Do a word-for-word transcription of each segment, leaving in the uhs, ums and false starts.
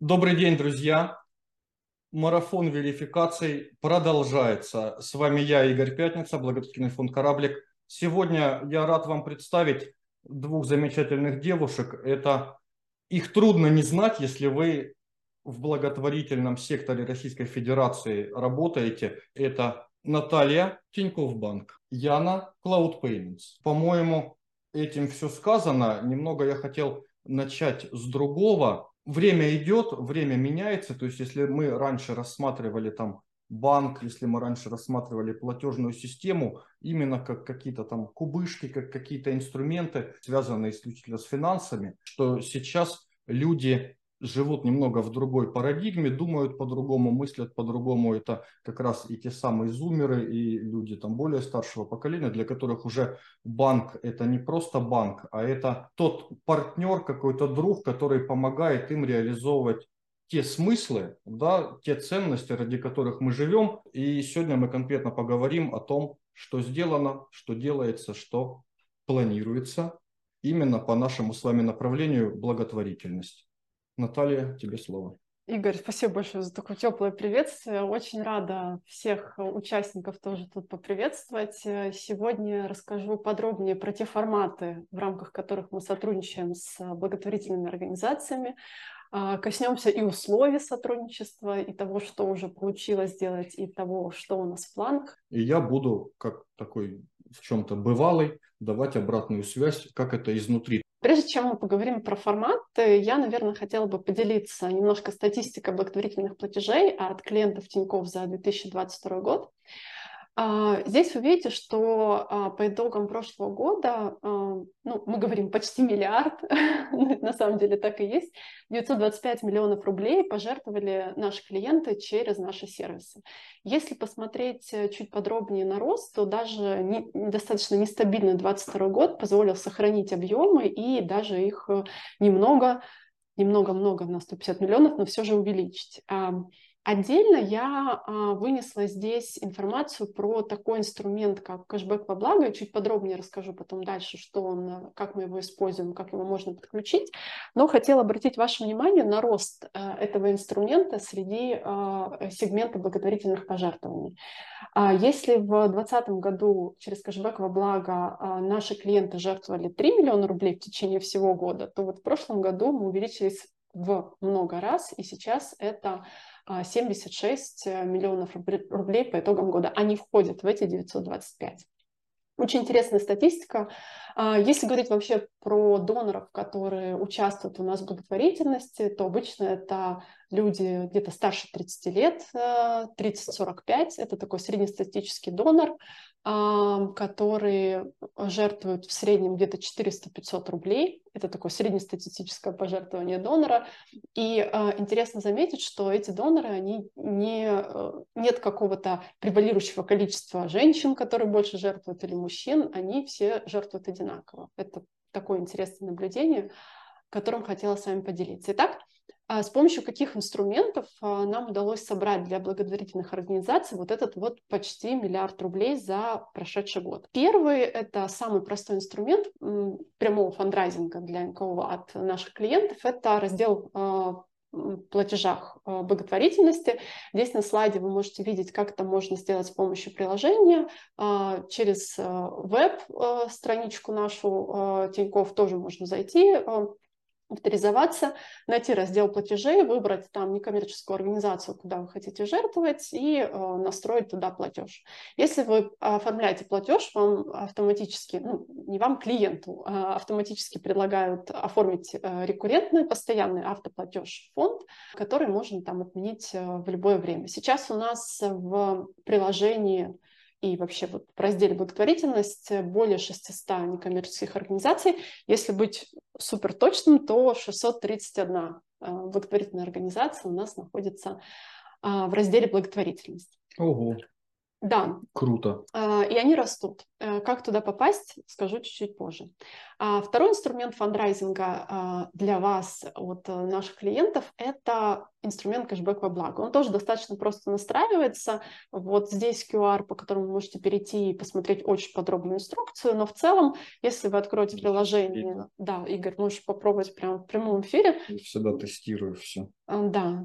Добрый день, друзья! Марафон верификаций продолжается. С вами я, Игорь Пятница, благотворительный фонд «Кораблик». Сегодня я рад вам представить двух замечательных девушек. Это их трудно не знать, если вы в благотворительном секторе Российской Федерации работаете. Это Наталья, Тинькофф Банк, Яна, Cloud Payments. По-моему, этим все сказано. Немного я хотел начать с другого. Время идет, время меняется. То есть, если мы раньше рассматривали там банк, если мы раньше рассматривали платежную систему, именно как какие-то там кубышки, как какие-то инструменты, связанные исключительно с финансами, что сейчас люди живут немного в другой парадигме, думают по-другому, мыслят по-другому. Это как раз и те самые зумеры, и люди там более старшего поколения, для которых уже банк это не просто банк, а это тот партнер, какой-то друг, который помогает им реализовывать те смыслы, да, те ценности, ради которых мы живем. И сегодня мы конкретно поговорим о том, что сделано, что делается, что планируется именно по нашему с вами направлению благотворительность. Наталья, тебе слово. Игорь, спасибо большое за такое теплое приветствие. Очень рада всех участников тоже тут поприветствовать. Сегодня расскажу подробнее про те форматы, в рамках которых мы сотрудничаем с благотворительными организациями. Коснемся и условий сотрудничества, и того, что уже получилось сделать, и того, что у нас в планах. И я буду, как такой в чем-то бывалый, давать обратную связь, как это изнутри. Прежде чем мы поговорим про форматы, я, наверное, хотела бы поделиться немножко статистикой благотворительных платежей от клиентов Тинькофф за две тысячи двадцать второй год. Здесь вы видите, что по итогам прошлого года, ну, мы говорим почти миллиард, на самом деле так и есть, девятьсот двадцать пять миллионов рублей пожертвовали наши клиенты через наши сервисы. Если посмотреть чуть подробнее на рост, то даже не, достаточно нестабильный двадцать второй год позволил сохранить объемы и даже их немного, немного-много на сто пятьдесят миллионов, но все же увеличить. Отдельно я а, вынесла здесь информацию про такой инструмент, как кэшбэк во благо. Я чуть подробнее расскажу потом дальше, что он, как мы его используем, как его можно подключить. Но хотела обратить ваше внимание на рост а, этого инструмента среди а, сегмента благотворительных пожертвований. А если в двадцатом году через кэшбэк во благо а, наши клиенты жертвовали три миллиона рублей в течение всего года, то вот в прошлом году мы увеличились в много раз, и сейчас это семьдесят шесть миллионов рублей по итогам года. Они входят в эти девятьсот двадцать пять. Очень интересная статистика. Если говорить вообще про доноров, которые участвуют у нас в благотворительности, то обычно это люди где-то старше тридцати лет, тридцать сорок пять. Это такой среднестатистический донор, которые жертвуют в среднем где-то четыреста-пятьсот рублей. Это такое среднестатистическое пожертвование донора. И э, интересно заметить, что эти доноры, они не, э, нет какого-то превалирующего количества женщин, которые больше жертвуют, или мужчин, они все жертвуют одинаково. Это такое интересное наблюдение, которым хотела с вами поделиться. Итак, с помощью каких инструментов нам удалось собрать для благотворительных организаций вот этот вот почти миллиард рублей за прошедший год? Первый – это самый простой инструмент прямого фандрайзинга для эн ка о от наших клиентов. Это раздел платежах благотворительности. Здесь на слайде вы можете видеть, как это можно сделать с помощью приложения. Через веб-страничку нашу Тинькофф тоже можно зайти, авторизоваться, найти раздел платежей, выбрать там некоммерческую организацию, куда вы хотите жертвовать, и э, настроить туда платеж. Если вы оформляете платеж, вам автоматически, ну, не вам, клиенту, а автоматически предлагают оформить э, рекуррентный, постоянный автоплатеж в фонд, который можно там отменить э, в любое время. Сейчас у нас в приложении и вообще вот в разделе благотворительность более шестисот некоммерческих организаций. Если быть супер точным, то шестьсот тридцать одна благотворительная организация у нас находится в разделе благотворительность. Ого. Да. Круто. И они растут. Как туда попасть, скажу чуть-чуть позже. Второй инструмент фандрайзинга для вас, от наших клиентов, это инструмент кэшбэк во благо. Он тоже достаточно просто настраивается. Вот здесь ку ар, по которому вы можете перейти и посмотреть очень подробную инструкцию. Но в целом, если вы откроете приложение... Да, Игорь, можешь попробовать прямо в прямом эфире. Я всегда тестирую все. Да.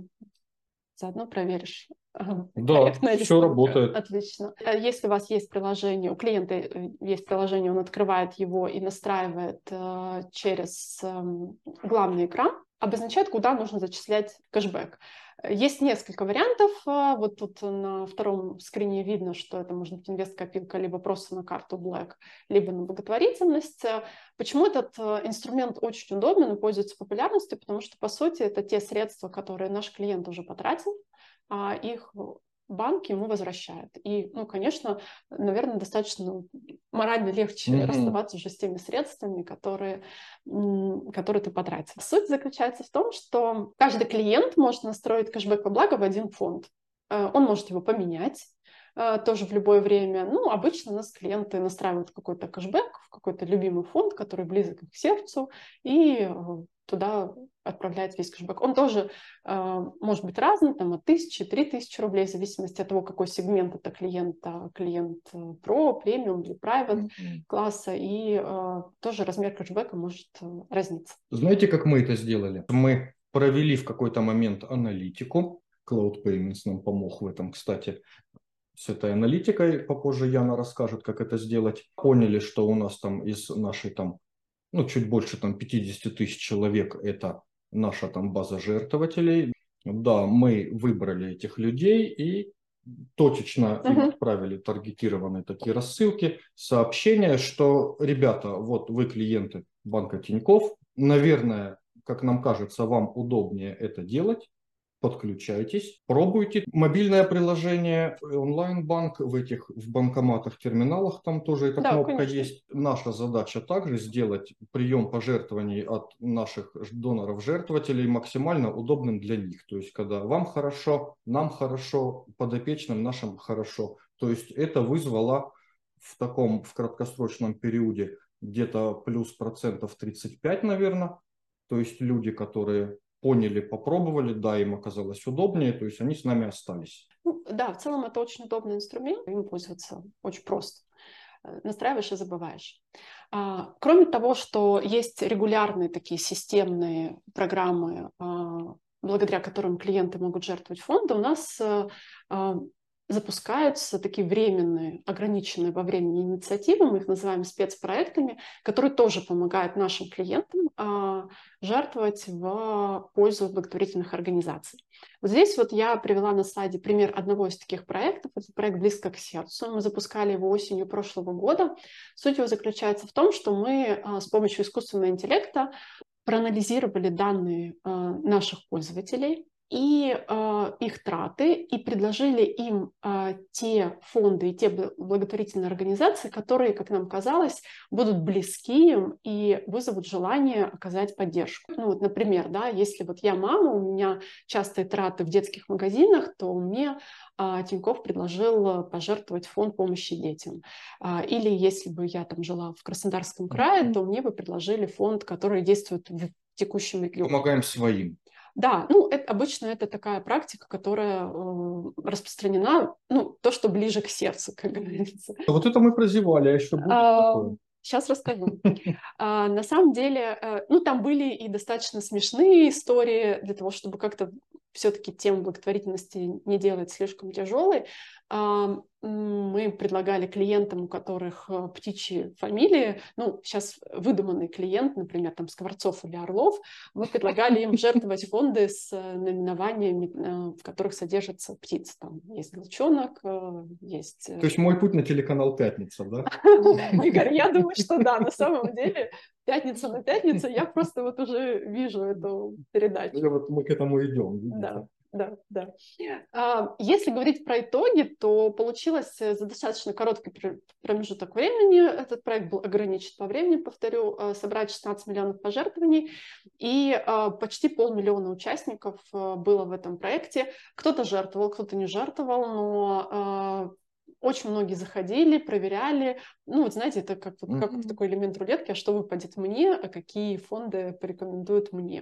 Заодно проверишь. Да, все работает. Отлично. Если у вас есть приложение, у клиента есть приложение, он открывает его и настраивает э, через э, главный экран, обозначает, куда нужно зачислять кэшбэк. Есть несколько вариантов. Вот тут на втором скрине видно, что это может быть инвест-копилка либо просто на карту Black, либо на благотворительность. Почему этот инструмент очень удобен и пользуется популярностью? Потому что, по сути, это те средства, которые наш клиент уже потратил, а их банк ему возвращает. И, ну, конечно, наверное, достаточно морально легче mm-hmm. расставаться уже с теми средствами, которые, которые ты потратил. Суть заключается в том, что каждый клиент может настроить кэшбэк во благо в один фонд. Он может его поменять тоже в любое время. Ну, обычно у нас клиенты настраивают какой-то кэшбэк в какой-то любимый фонд, который близок к сердцу, и туда отправляет весь кэшбэк. Он тоже э, может быть разный, там от тысячи, три тысячи рублей, в зависимости от того, какой сегмент это клиента, клиент про, премиум или private mm-hmm. класса, и э, тоже размер кэшбэка может э, разниться. Знаете, как мы это сделали? Мы провели в какой-то момент аналитику, Cloud Payments нам помог в этом, кстати, с этой аналитикой, попозже Яна расскажет, как это сделать. Поняли, что у нас там из нашей там ну, чуть больше там пятьдесят тысяч человек – это наша там база жертвователей. Да, мы выбрали этих людей и точечно uh-huh. им отправили таргетированные такие рассылки, сообщения, что, ребята, вот вы клиенты банка Тинькофф, наверное, как нам кажется, вам удобнее это делать. Подключайтесь, пробуйте. Мобильное приложение, онлайн-банк в этих в банкоматах, терминалах, там тоже эта да, кнопка конечно. Есть. Наша задача также сделать прием пожертвований от наших доноров-жертвователей максимально удобным для них. То есть, когда вам хорошо, нам хорошо, подопечным нашим хорошо. То есть, это вызвало в таком, в краткосрочном периоде где-то плюс процентов тридцать пять, наверное. То есть, люди, которые поняли, попробовали, да, им оказалось удобнее, то есть они с нами остались. Ну, да, в целом это очень удобный инструмент, им пользоваться очень просто. Настраиваешь и забываешь. А, кроме того, что есть регулярные такие системные программы, а, благодаря которым клиенты могут жертвовать фонды, у нас а, запускаются такие временные, ограниченные во времени инициативы, мы их называем спецпроектами, которые тоже помогают нашим клиентам а, жертвовать в пользу благотворительных организаций. Вот здесь вот я привела на слайде пример одного из таких проектов. Это проект «Близко к сердцу». Мы запускали его осенью прошлого года. Суть его заключается в том, что мы а, с помощью искусственного интеллекта проанализировали данные а, наших пользователей и э, их траты, и предложили им э, те фонды и те благотворительные организации, которые, как нам казалось, будут близки им и вызовут желание оказать поддержку. Ну вот, например, да, если вот я мама, у меня частые траты в детских магазинах, то мне э, Тинькофф предложил пожертвовать в фонд помощи детям. Э, или если бы я там жила в Краснодарском крае, mm-hmm. то мне бы предложили фонд, который действует в текущем регионе. Помогаем своим. Да, ну, это, обычно это такая практика, которая э, распространена, ну, то, что ближе к сердцу, как говорится. Вот это мы прозевали, а еще будет а, такое? Сейчас расскажу. а, на самом деле, э, ну, там были и достаточно смешные истории для того, чтобы как-то все-таки тему благотворительности не делать слишком тяжелой. А, мы предлагали клиентам, у которых птичьи фамилии, ну, сейчас выдуманный клиент, например, там Скворцов или Орлов, мы предлагали им жертвовать фонды с наименованиями, в которых содержатся птицы. Там есть голчонок, есть... То есть мой путь на телеканал «Пятница», да? Игорь, я думаю, что да, на самом деле пятница на пятницу, я просто вот уже вижу эту передачу. Вот мы к этому идем. Да. Да, да. Если говорить про итоги, то получилось за достаточно короткий промежуток времени. Этот проект был ограничен по времени, повторю, собрать шестнадцать миллионов пожертвований, и почти полмиллиона участников было в этом проекте. Кто-то жертвовал, кто-то не жертвовал, но очень многие заходили, проверяли. Ну, вот знаете, это как, вот, как Мгм. такой элемент рулетки, а что выпадет мне, а какие фонды порекомендуют мне.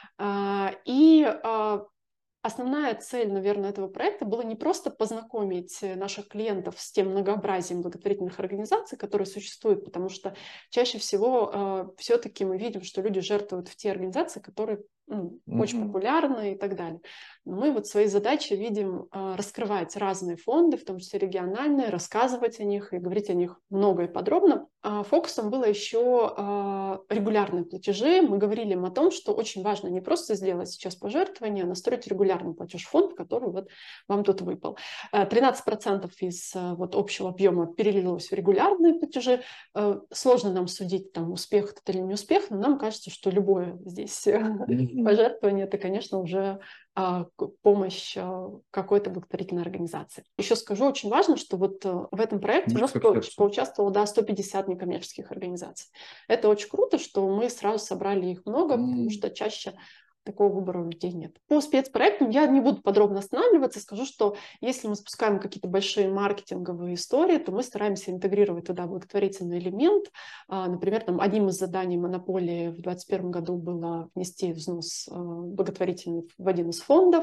А, И а, основная цель, наверное, этого проекта была не просто познакомить э, наших клиентов с тем многообразием благотворительных организаций, которые существуют, потому что чаще всего все-таки мы видим, что люди жертвуют в те организации, которые ну, очень Мгм. популярны и так далее. Но мы вот своей задачей видим э, раскрывать разные фонды, в том числе региональные, рассказывать о них и говорить о них много и подробно. А фокусом было еще э, регулярные платежи. Мы говорили им о том, что очень важно не просто сделать сейчас пожертвование, а настроить регулярный платеж в фонд, который вот вам тут выпал. Э, тринадцать процентов из э, вот общего объема перелилось в регулярные платежи. Э, Сложно нам судить, там, успех это или не успех, но нам кажется, что любое здесь э, Мгм. пожертвование – это, конечно, уже а, к- помощь а, какой-то благотворительной организации. Еще скажу, очень важно, что вот э, в этом проекте у нас Близко к по- сердцу. поучаствовало, да, сто пятьдесят некоммерческих организаций. Это очень круто, что мы сразу собрали их много, потому М. что чаще такого выбора у людей нет. По спецпроектам я не буду подробно останавливаться, скажу, что если мы спускаем какие-то большие маркетинговые истории, то мы стараемся интегрировать туда благотворительный элемент. А, Например, там, одним из заданий монополии в две тысячи двадцать первом году было внести взнос а, благотворительный в один из фондов.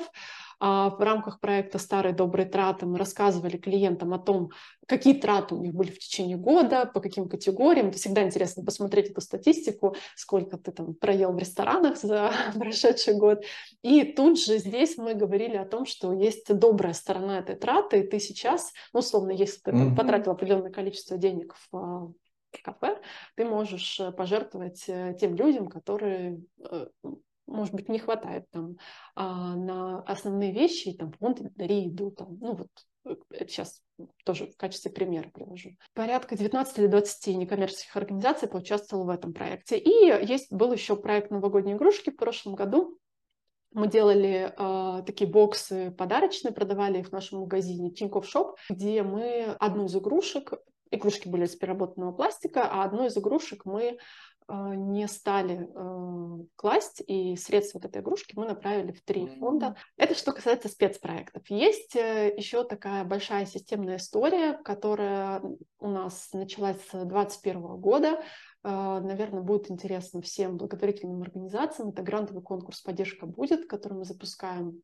А В рамках проекта «Старые добрые траты» мы рассказывали клиентам о том, какие траты у них были в течение года, по каким категориям. Это всегда интересно посмотреть эту статистику, сколько ты там проел в ресторанах за прошедший год. И тут же здесь мы говорили о том, что есть добрая сторона этой траты, и ты сейчас, ну, условно, если ты там Мгм. потратил определенное количество денег в а, кафе, ты можешь э, пожертвовать э, тем людям, которые, э, может быть, не хватает там а, на основные вещи, и там фонд «Дари еду», там, ну вот э, это сейчас тоже в качестве примера привожу. Порядка девятнадцати или двадцати некоммерческих организаций поучаствовало в этом проекте. И есть был еще проект «Новогодние игрушки» в прошлом году. Мы делали э, такие боксы подарочные, продавали их в нашем магазине Тинькофф Шоп, где мы одну из игрушек, игрушки были из переработанного пластика, а одну из игрушек мы э, не стали э, класть, и средства от этой игрушки мы направили в три фонда. Это что касается спецпроектов. Есть э, еще такая большая системная история, которая у нас началась с две тысячи двадцать первого года. Наверное, будет интересно всем благотворительным организациям. Это грантовый конкурс «Поддержка будет», который мы запускаем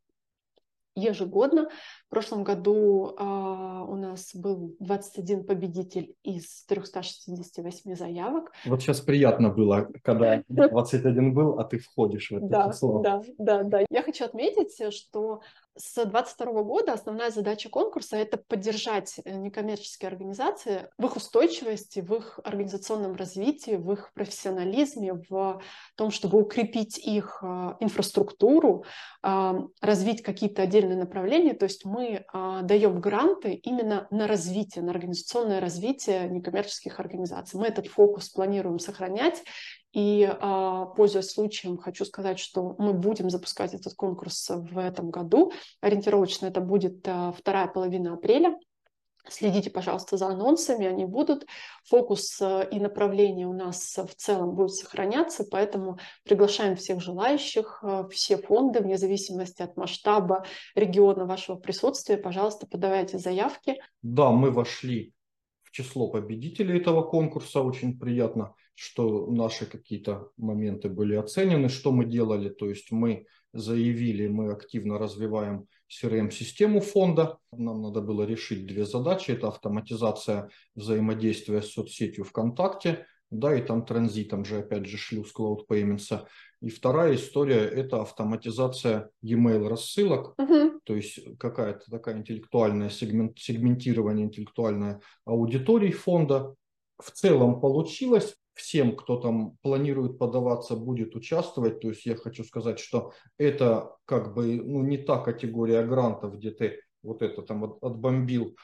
ежегодно. В прошлом году а, у нас был двадцать один победитель из триста шестьдесят восемь заявок. Вот сейчас приятно было, когда двадцать один был, а ты входишь в это Да, число. да, да, да. Я хочу отметить, что с двадцать второго года основная задача конкурса – это поддержать некоммерческие организации в их устойчивости, в их организационном развитии, в их профессионализме, в том, чтобы укрепить их а, инфраструктуру, а, развить какие-то отдельные направления. То есть мы а, даем гранты именно на развитие, на организационное развитие некоммерческих организаций. Мы этот фокус планируем сохранять. И, пользуясь случаем, хочу сказать, что мы будем запускать этот конкурс в этом году. Ориентировочно это будет вторая половина апреля. Следите, пожалуйста, за анонсами, они будут. Фокус и направление у нас в целом будет сохраняться, поэтому приглашаем всех желающих, все фонды, вне зависимости от масштаба региона вашего присутствия. Пожалуйста, подавайте заявки. Да, мы вошли в число победителей этого конкурса. Очень приятно, что наши какие-то моменты были оценены. Что мы делали? То есть мы заявили, мы активно развиваем си ар эм-систему фонда. Нам надо было решить две задачи. Это автоматизация взаимодействия с соцсетью ВКонтакте, да, и там транзитом же, опять же, шлюз Cloud Payments. И вторая история – это автоматизация e-mail рассылок. Угу. То есть какая-то такая интеллектуальная сегмент, сегментирование интеллектуальной аудитории фонда. В целом получилось. Всем, кто там планирует подаваться, будет участвовать. То есть я хочу сказать, что это как бы ну, не та категория грантов, где ты вот это там от, отбомбил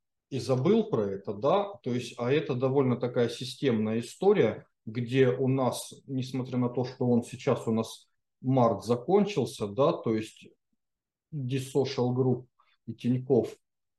и забыл про это, да. То есть, а это довольно такая системная история, где у нас, несмотря на то, что он сейчас у нас март закончился, да, то есть D-Social Group и Тинькофф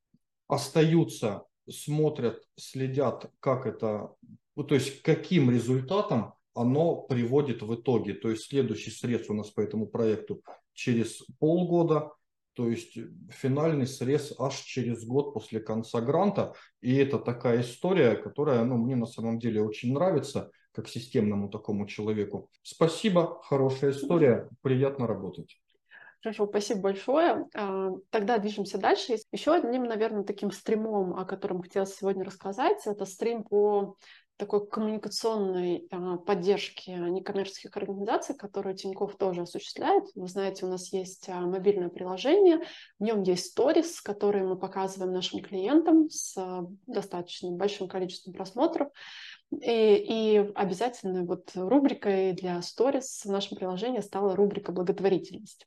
остаются, смотрят, следят, как это, ну, то есть каким результатом оно приводит в итоге. То есть следующий срез у нас по этому проекту через полгода. то есть финальный срез аж через год после конца гранта. И это такая история, которая, ну, мне на самом деле очень нравится, как системному такому человеку. Спасибо, хорошая история, приятно работать. Хорошо, спасибо большое. А, Тогда движемся дальше. Еще одним, наверное, таким стримом, о котором хотелось сегодня рассказать, это стрим по такой коммуникационной а, поддержке некоммерческих организаций, которые Тинькофф тоже осуществляет. Вы знаете, у нас есть а, мобильное приложение, в нем есть сторис, которые мы показываем нашим клиентам с а, достаточно большим количеством просмотров. И, и обязательно вот рубрикой для сторис в нашем приложении стала рубрика «Благотворительность».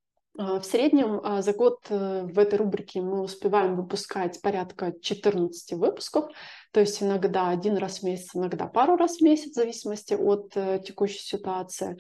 В среднем за год в этой рубрике мы успеваем выпускать порядка четырнадцати выпусков, то есть иногда один раз в месяц, иногда пару раз в месяц, в зависимости от текущей ситуации.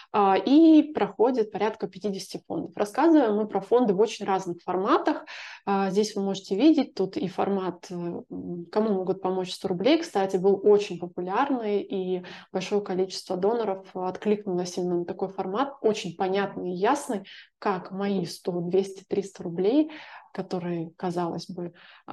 И проходит порядка пятидесяти фондов. Рассказываем мы про фонды в очень разных форматах. Здесь вы можете видеть, тут и формат «Кому могут помочь сто рублей», кстати, был очень популярный, и большое количество доноров откликнулось именно на такой формат, очень понятный и ясный, как мои сто, двести, триста рублей, которые, казалось бы,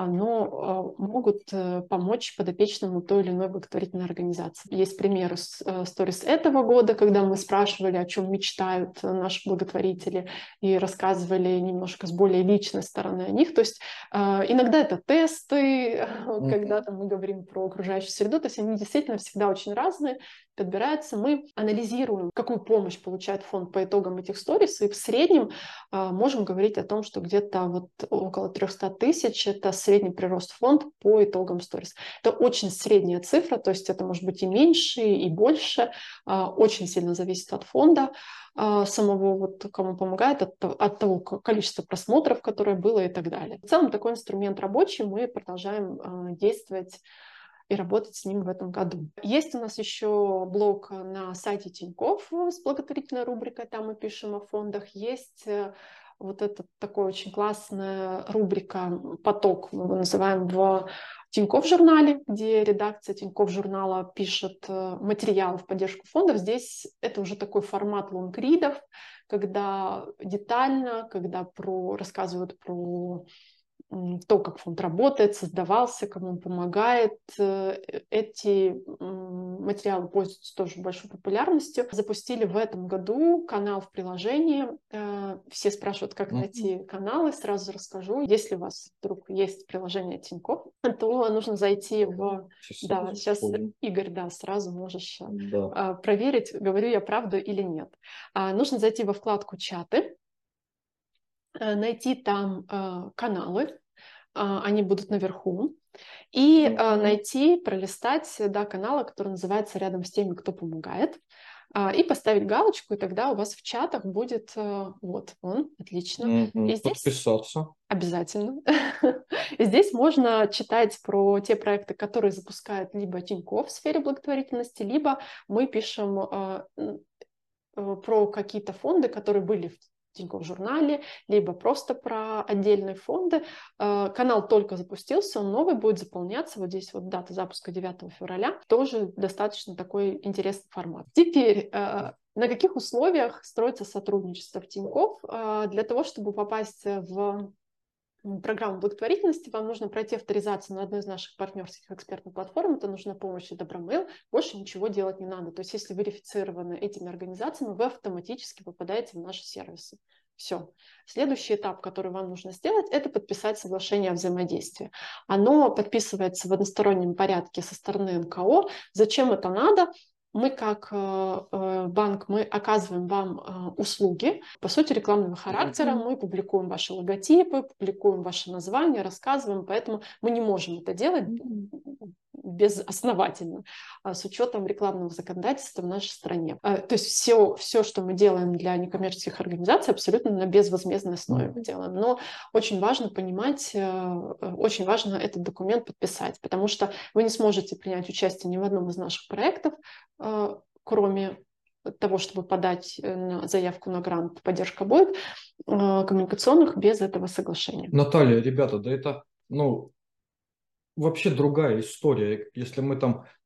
но могут помочь подопечному той или иной благотворительной организации. Есть примеры сторис этого года, когда мы спрашивали, о чем мечтают наши благотворители, и рассказывали немножко с более личной стороны о них. То есть иногда это тесты, когда там мы говорим про окружающую среду, то есть они действительно всегда очень разные, подбираются. Мы анализируем, какую помощь получает фонд по итогам этих сторис, и в среднем можем говорить о том, что где-то вот около триста тысяч – это средний прирост фонда по итогам сторис. Это очень средняя цифра, то есть это может быть и меньше, и больше, очень сильно зависит от фонда самого, вот, кому помогает, от, от того количества просмотров, которое было и так далее. В целом такой инструмент рабочий, мы продолжаем действовать и работать с ним в этом году. Есть у нас еще блог на сайте Тинькофф с благотворительной рубрикой, там мы пишем о фондах. Есть вот эта такая очень классная рубрика «Поток», мы его называем, в Тинькофф журнале, где редакция Тинькофф журнала пишет материалы в поддержку фондов. Здесь это уже такой формат лонгридов, когда детально, когда про, рассказывают про то, как фонд работает, создавался, кому он помогает. Эти материалы пользуются тоже большой популярностью. Запустили в этом году канал в приложении. Все спрашивают, как найти каналы. Сразу расскажу. Если у вас вдруг есть приложение Тинькофф, то нужно зайти в... Сейчас да, сейчас, вспомним. Игорь, да, сразу можешь да. проверить, говорю я правду или нет. Нужно зайти во вкладку «Чаты», найти там каналы, они будут наверху, и mm-hmm. найти, пролистать да, каналы, которые называются рядом с теми, кто помогает, и поставить галочку, и тогда у вас в чатах будет вот он, отлично. Mm-hmm. И здесь подписаться. Обязательно. И здесь можно читать про те проекты, которые запускает либо Тинькофф в сфере благотворительности, либо мы пишем про какие-то фонды, которые были в Тинькофф журнале, либо просто про отдельные фонды. Канал только запустился, он новый, будет заполняться. Вот здесь вот дата запуска девятого февраля. Тоже достаточно такой интересный формат. Теперь, на каких условиях строится сотрудничество в Тинькофф? Для того, чтобы попасть в программу благотворительности, вам нужно пройти авторизацию на одной из наших партнерских экспертных платформ. Это нужна помощь и Добромейл. Больше ничего делать не надо. То есть если вы верифицированы этими организациями, вы автоматически попадаете в наши сервисы. Все. Следующий этап, который вам нужно сделать, это подписать соглашение о взаимодействии. Оно подписывается в одностороннем порядке со стороны эн ка о. Зачем это надо? Мы как э, банк, мы оказываем вам э, услуги, по сути, рекламного характера. Mm-hmm. Мы публикуем ваши логотипы, публикуем ваше название, рассказываем, поэтому мы не можем это делать безосновательно, с учетом рекламного законодательства в нашей стране. То есть все, все, что мы делаем для некоммерческих организаций, абсолютно на безвозмездной основе мы делаем. Но очень важно понимать, очень важно этот документ подписать, потому что вы не сможете принять участие ни в одном из наших проектов, кроме того, чтобы подать заявку на грант, поддержка будет, коммуникационных без этого соглашения. Наталья, ребята, да это, ну, вообще другая история. Если мы там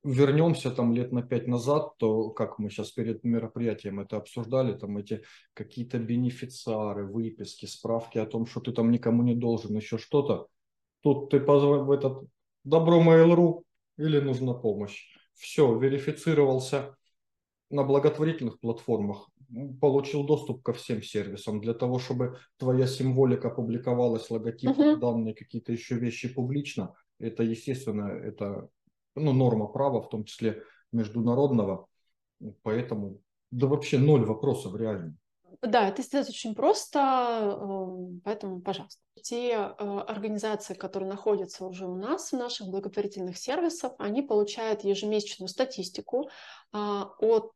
вернемся там лет на пять назад, то как мы сейчас перед мероприятием это обсуждали, там эти какие-то бенефициары, выписки, справки о том, что ты там никому не должен, еще что-то. Тут ты позвонил в этот Добро Mail.ru или нужна помощь. Все, верифицировался на благотворительных платформах, получил доступ ко всем сервисам. Для того, чтобы твоя символика публиковалась, логотип, Мгм. данные, какие-то еще вещи публично, это, естественно, это ну, норма права, в том числе международного. Поэтому, да вообще ноль вопросов реально. Да, это сделать очень просто, э, поэтому, пожалуйста. Те э, организации, которые находятся уже у нас в наших благотворительных сервисах, они получают ежемесячную статистику а, о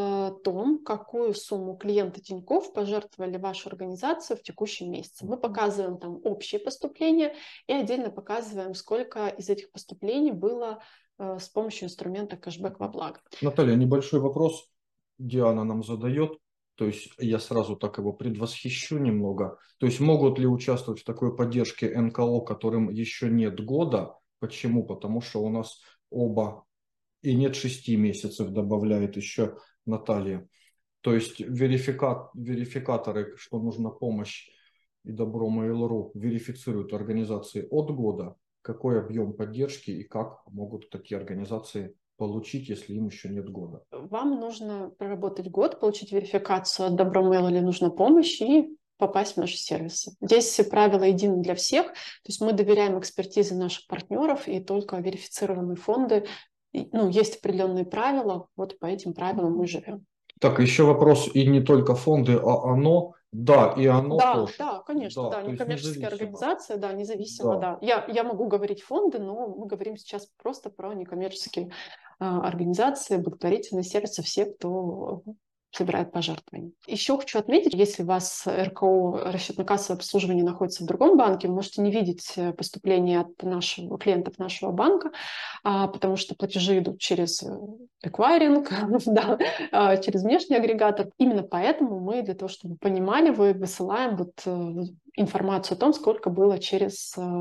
том, какую сумму клиенты Тинькофф пожертвовали в вашу организацию в текущем месяце. Мы показываем там общие поступления и отдельно показываем, сколько из этих поступлений было э, с помощью инструмента кэшбэк во благо. Наталья, небольшой вопрос Диана нам задает. То есть я сразу так его предвосхищу немного. То есть могут ли участвовать в такой поддержке эн ка о, которым еще нет года? Почему? Потому что у нас оба и нет шести месяцев, добавляет еще Наталья. То есть верификат, верификаторы, что нужна помощь и добро Mail.ru верифицируют организации от года, какой объем поддержки и как могут такие организации получить, если им еще нет года. Вам нужно проработать год, получить верификацию от Добромейл или нужна помощь и попасть в наши сервисы. Здесь все правила едины для всех, то есть мы доверяем экспертизе наших партнеров, и только верифицированные фонды, ну, есть определенные правила, вот по этим правилам мы живем. Так, еще вопрос, и не только фонды, а оно, да, и оно Да, тоже. да, конечно, Да, да, то есть некоммерческая независимо. организация, да, независимо, Да. да. Я, я могу говорить фонды, но мы говорим сейчас просто про некоммерческие а, организации, благотворительные сервисы, все, кто собирает пожертвования. Еще хочу отметить, если у вас эр ка о, расчетно-кассовое обслуживание, находится в другом банке, вы можете не видеть поступления от нашего клиентов нашего банка, а, потому что платежи идут через эквайринг, да, а, через внешний агрегатор. Именно поэтому мы, для того, чтобы вы понимали, вы высылаем вот э, информацию о том, сколько было через, э,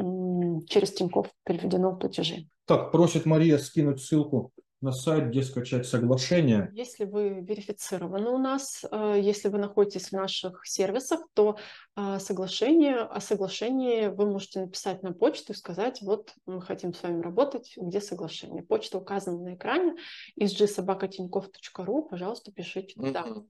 м, через Тинькофф переведено в платежи. Так, просит Мария скинуть ссылку на сайт, где скачать соглашение. Если вы верифицированы у нас, э, если вы находитесь в наших сервисах, то э, соглашение, о соглашении вы можете написать на почту и сказать, вот мы хотим с вами работать, где соглашение. Почта указана на экране, эс джи собака тинькофф точка ру, пожалуйста, пишите туда. Mm-hmm.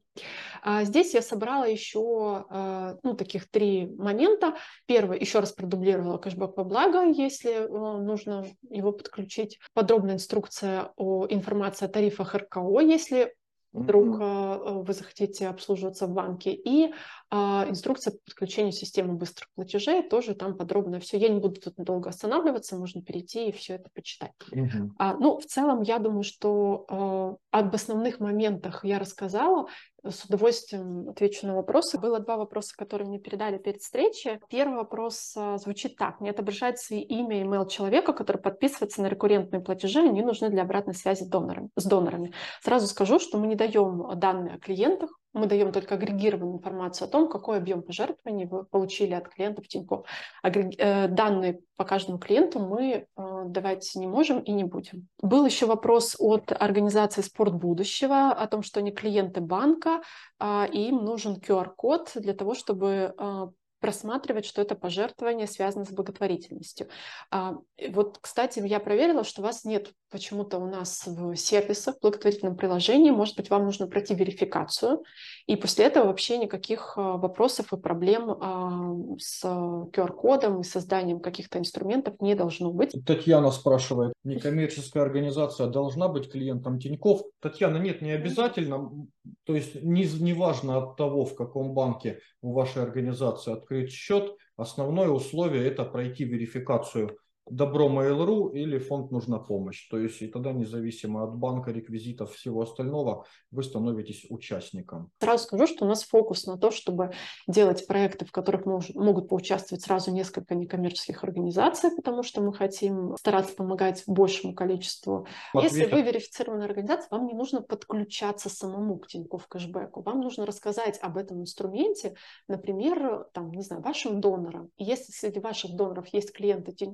А здесь я собрала еще э, ну, таких три момента. Первый, еще раз продублировала кэшбэк во благо, если э, нужно его подключить. Подробная инструкция о информации о тарифах эр ка о, если вдруг mm-hmm. вы захотите обслуживаться в банке. И а, инструкция по подключению системы быстрых платежей, тоже там подробно все. Я не буду тут долго останавливаться, можно перейти и все это почитать. Mm-hmm. А, ну, в целом, я думаю, что а, об основных моментах я рассказала. С удовольствием отвечу на вопросы. Было два вопроса, которые мне передали перед встречей. Первый вопрос а, звучит так. Не отображается имя и имейл человека, который подписывается на рекуррентные платежи, они нужны для обратной связи с донорами. С донорами. Сразу скажу, что мы не даем данные о клиентах, мы даем только агрегированную информацию о том, какой объем пожертвований вы получили от клиентов Тинькофф. Агрег... Данные по каждому клиенту мы давать не можем и не будем. Был еще вопрос от организации «Спорт будущего» о том, что они клиенты банка, и им нужен ку ар код для того, чтобы просматривать, что это пожертвование связано с благотворительностью. А, вот, кстати, я проверила, что у вас нет почему-то у нас в сервисах, в благотворительном приложении. Может быть, вам нужно пройти верификацию, и после этого вообще никаких вопросов и проблем а, с ку ар кодом и созданием каких-то инструментов не должно быть. Татьяна спрашивает, некоммерческая организация должна быть клиентом Тинькофф? Татьяна, нет, не обязательно. То есть не, не важно от того, в каком банке у вашей организации открыть счет. Основное условие – это пройти верификацию Добро Mail.ru или фонд «Нужна помощь». То есть и тогда, независимо от банка, реквизитов, всего остального, вы становитесь участником. Сразу скажу, что у нас фокус на то, чтобы делать проекты, в которых мож, могут поучаствовать сразу несколько некоммерческих организаций, потому что мы хотим стараться помогать большему количеству. Ответят. Если вы верифицированная организация, вам не нужно подключаться самому к Тинькофф кэшбэку. Вам нужно рассказать об этом инструменте, например, там, не знаю, вашим донорам. И если среди ваших доноров есть клиенты Тинькофф, они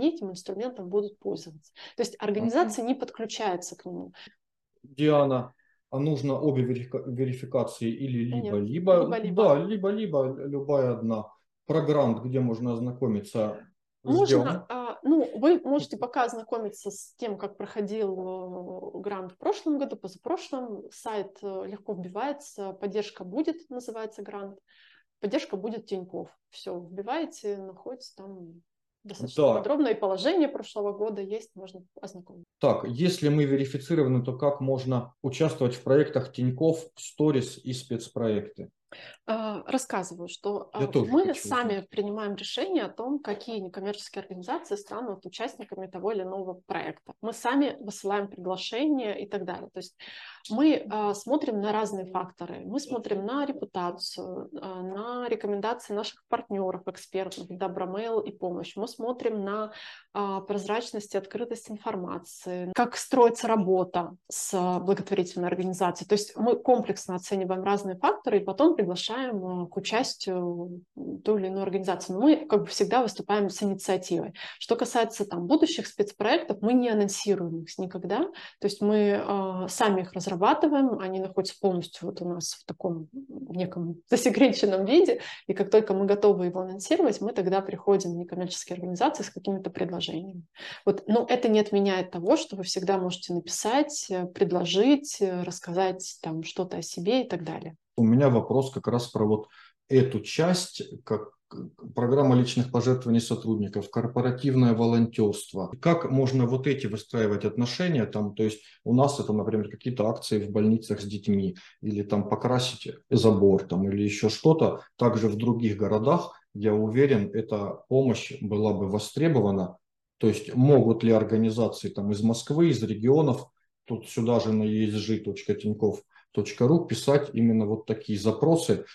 они этим инструментом будут пользоваться. То есть организация не подключается к нему. Диана, а нужно обе верификации или либо-либо? Либо-либо. Да, либо-либо, любая одна. Про грант, где можно ознакомиться? Можно, ну, вы можете пока ознакомиться с тем, как проходил грант в прошлом году, позапрошлом. Сайт легко вбивается, поддержка будет, называется грант. Поддержка будет Тинькофф. Все, вбиваете, находите там достаточно да. подробно, и положение прошлого года есть, можно ознакомиться. Так, если мы верифицированы, то как можно участвовать в проектах Тинькофф, Сторис и спецпроекты? Рассказываю, что Я мы сами узнать. принимаем решение о том, какие некоммерческие организации станут участниками того или иного проекта. Мы сами высылаем приглашения и так далее. То есть мы а, смотрим на разные факторы. Мы смотрим на репутацию, а, на рекомендации наших партнеров, экспертов, Добромейл и помощь. Мы смотрим на а, прозрачность и открытость информации, как строится работа с благотворительной организацией. То есть мы комплексно оцениваем разные факторы и потом приглашаем к участию той или иной организации. Но мы, как бы, всегда выступаем с инициативой. Что касается там будущих спецпроектов, мы не анонсируем их никогда. То есть мы э, сами их разрабатываем, они находятся полностью вот у нас в таком неком засекреченном виде, и как только мы готовы его анонсировать, мы тогда приходим в некоммерческие организации с какими-то предложениями. Вот, но это не отменяет того, что вы всегда можете написать, предложить, рассказать там что-то о себе и так далее. У меня вопрос как раз про вот эту часть, как программа личных пожертвований сотрудников, корпоративное волонтерство. Как можно вот эти выстраивать отношения? Там, то есть у нас это, например, какие-то акции в больницах с детьми, или там покрасить забор, там, или еще что-то. Также в других городах, я уверен, эта помощь была бы востребована. То есть могут ли организации там, из Москвы, из регионов, тут сюда же на и эс жи точка тинькофф точка ру писать именно вот такие запросы,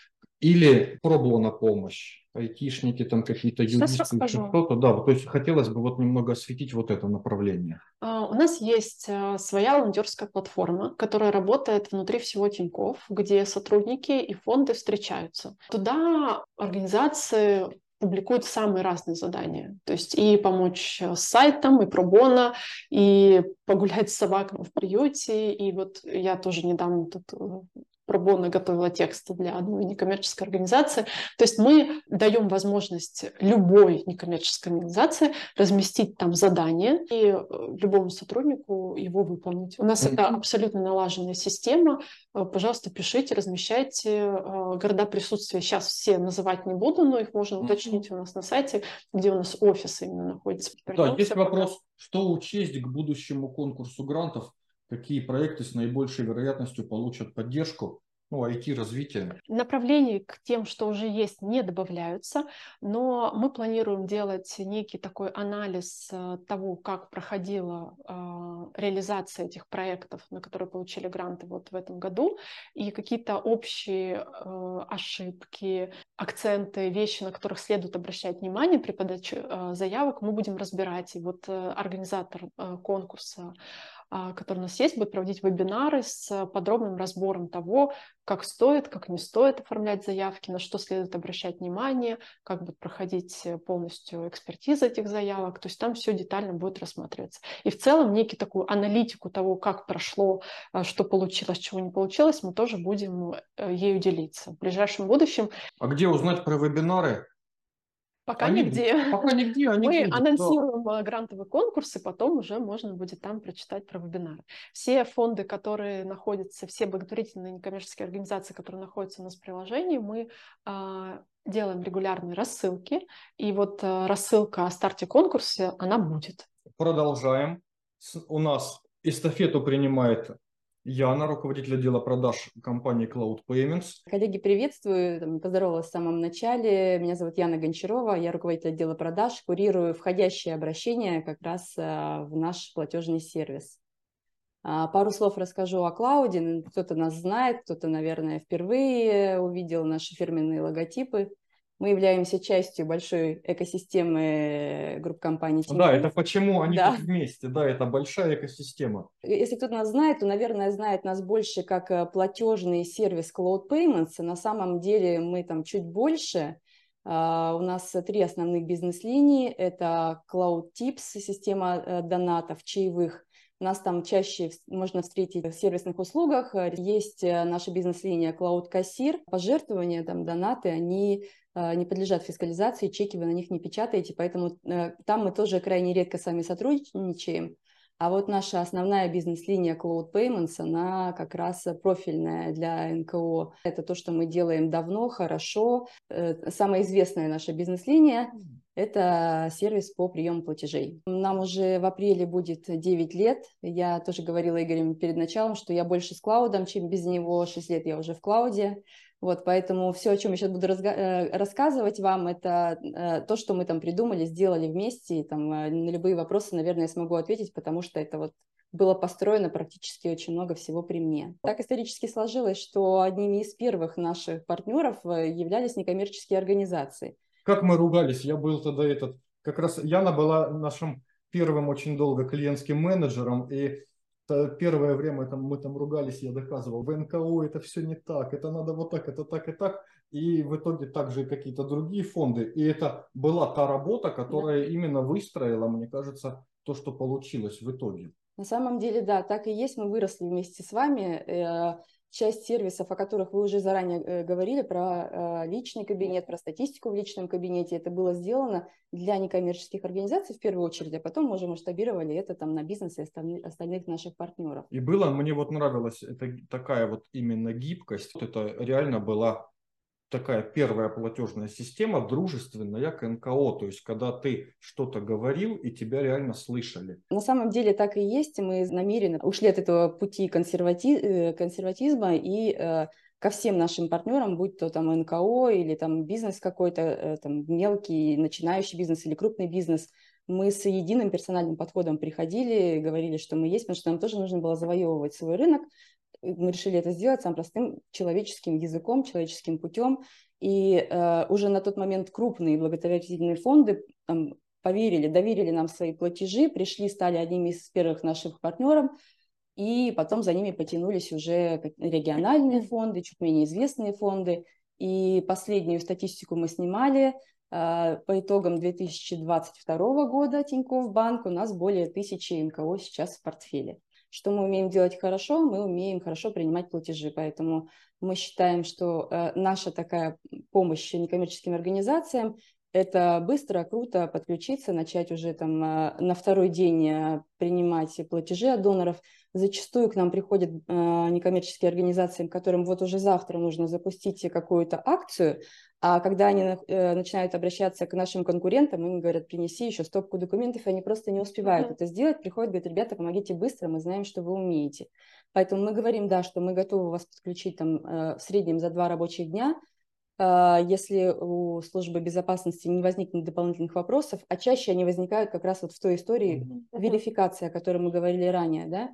или пробовала на помощь, айтишники, там какие-то юристы, что-то, да, то есть хотелось бы вот немного осветить вот это направление. У нас есть своя волонтерская платформа, которая работает внутри всего Тинькофф, где сотрудники и фонды встречаются. Туда организации публикуют самые разные задания. То есть и помочь с сайтом, и пробона, и погулять с собаками в приюте. И вот я тоже недавно тут пробона готовила тексты для одной некоммерческой организации. То есть мы даем возможность любой некоммерческой организации разместить там задание и любому сотруднику его выполнить. У нас mm-hmm. это абсолютно налаженная система. Пожалуйста, пишите, размещайте. Города присутствия сейчас все называть не буду, но их можно уточнить mm-hmm. у нас на сайте, где у нас офис именно находится. Да, есть вопрос, пока. Что учесть к будущему конкурсу грантов? Какие проекты с наибольшей вероятностью получат поддержку? Ну, ай ти-развитие. Направлений к тем, что уже есть, не добавляются, но мы планируем делать некий такой анализ того, как проходила э, реализация этих проектов, на которые получили гранты вот в этом году, и какие-то общие э, ошибки, акценты, вещи, на которых следует обращать внимание при подаче э, заявок, мы будем разбирать. И вот э, организатор э, конкурса, который у нас есть, будет проводить вебинары с подробным разбором того, как стоит, как не стоит оформлять заявки, на что следует обращать внимание, как будет проходить полностью экспертиза этих заявок. То есть там все детально будет рассматриваться. И в целом некий такую аналитику того, как прошло, что получилось, чего не получилось, мы тоже будем ею делиться в ближайшем будущем. А где узнать про вебинары? Пока они, нигде. Пока нигде. Они Мы будут, анонсируем да. грантовый конкурс, и потом уже можно будет там прочитать про вебинары. Все фонды, которые находятся, все благотворительные некоммерческие организации, которые находятся у нас в приложении, мы а, делаем регулярные рассылки. И вот а, рассылка о старте конкурса, она будет. Продолжаем. У нас эстафету принимает Яна, руководитель отдела продаж компании Cloud Payments. Коллеги, приветствую. Поздоровалась в самом начале. Меня зовут Яна Гончарова, я руководитель отдела продаж, курирую входящие обращения как раз в наш платежный сервис. Пару слов расскажу о Cloud. Кто-то нас знает, кто-то, наверное, впервые увидел наши фирменные логотипы. Мы являемся частью большой экосистемы групп компаний Тинькофф. Да, это почему они да. тут вместе, да, это большая экосистема. Если кто-то нас знает, то, наверное, знает нас больше как платежный сервис Cloud Payments. На самом деле мы там чуть больше. Uh, у нас три основных бизнес-линии. Это Cloud Tips, система uh, донатов, чаевых. У нас там чаще можно встретить в сервисных услугах. Есть наша бизнес-линия Cloud Кассир. Пожертвования, там, донаты, они uh, не подлежат фискализации, чеки вы на них не печатаете, поэтому uh, там мы тоже крайне редко с вами сотрудничаем. А вот наша основная бизнес-линия Cloud Payments, она как раз профильная для эн ка о. Это то, что мы делаем давно, хорошо. Самая известная наша бизнес-линия – это сервис по приему платежей. Нам уже в апреле будет девять лет. Я тоже говорила Игорю перед началом, что я больше с клаудом, чем без него. шесть лет я уже в клауде. Вот, поэтому все, о чем я сейчас буду рассказывать вам, это то, что мы там придумали, сделали вместе. И там на любые вопросы, наверное, я смогу ответить, потому что это вот было построено практически очень много всего при мне. Так исторически сложилось, что одними из первых наших партнеров являлись некоммерческие организации. Как мы ругались, я был тогда этот, как раз Яна была нашим первым очень долго клиентским менеджером, и первое время там, мы там ругались, я доказывал, в эн ка о это все не так, это надо вот так, это так и так, и в итоге также и какие-то другие фонды, и это была та работа, которая да. именно выстроила, мне кажется, то, что получилось в итоге. На самом деле, да, так и есть, мы выросли вместе с вами. Часть сервисов, о которых вы уже заранее говорили, про личный кабинет, про статистику в личном кабинете, это было сделано для некоммерческих организаций в первую очередь, а потом мы уже масштабировали это там на бизнес и остальных, остальных наших партнеров. И было, мне вот нравилась это, такая вот именно гибкость, это реально была такая первая платежная система, дружественная к эн ка о, то есть когда ты что-то говорил и тебя реально слышали. На самом деле так и есть, мы намеренно ушли от этого пути консервати... консерватизма и э, ко всем нашим партнерам, будь то там эн ка о или там бизнес какой-то, э, там мелкий, начинающий бизнес или крупный бизнес, мы с единым персональным подходом приходили, говорили, что мы есть, потому что нам тоже нужно было завоевывать свой рынок. Мы решили это сделать самым простым человеческим языком, человеческим путем. И э, уже на тот момент крупные благотворительные фонды там, поверили, доверили нам свои платежи, пришли, стали одними из первых наших партнеров. И потом за ними потянулись уже региональные фонды, чуть менее известные фонды. И последнюю статистику мы снимали. Э, по итогам две тысячи двадцать второго года Тинькофф Банк у нас более тысячи эн ка о сейчас в портфеле. Что мы умеем делать хорошо, мы умеем хорошо принимать платежи, поэтому мы считаем, что э, наша такая помощь некоммерческим организациям – это быстро, круто подключиться, начать уже там э, на второй день э, принимать платежи от доноров. Зачастую к нам приходят э, некоммерческие организации, которым вот уже завтра нужно запустить какую-то акцию, а когда они э, начинают обращаться к нашим конкурентам, им говорят, принеси еще стопку документов, и они просто не успевают mm-hmm. это сделать, приходят, говорят, ребята, помогите быстро, мы знаем, что вы умеете. Поэтому мы говорим, да, что мы готовы вас подключить там, э, в среднем за два рабочих дня, э, если у службы безопасности не возникнет дополнительных вопросов, а чаще они возникают как раз вот в той истории mm-hmm. верификации, о которой мы говорили ранее, да.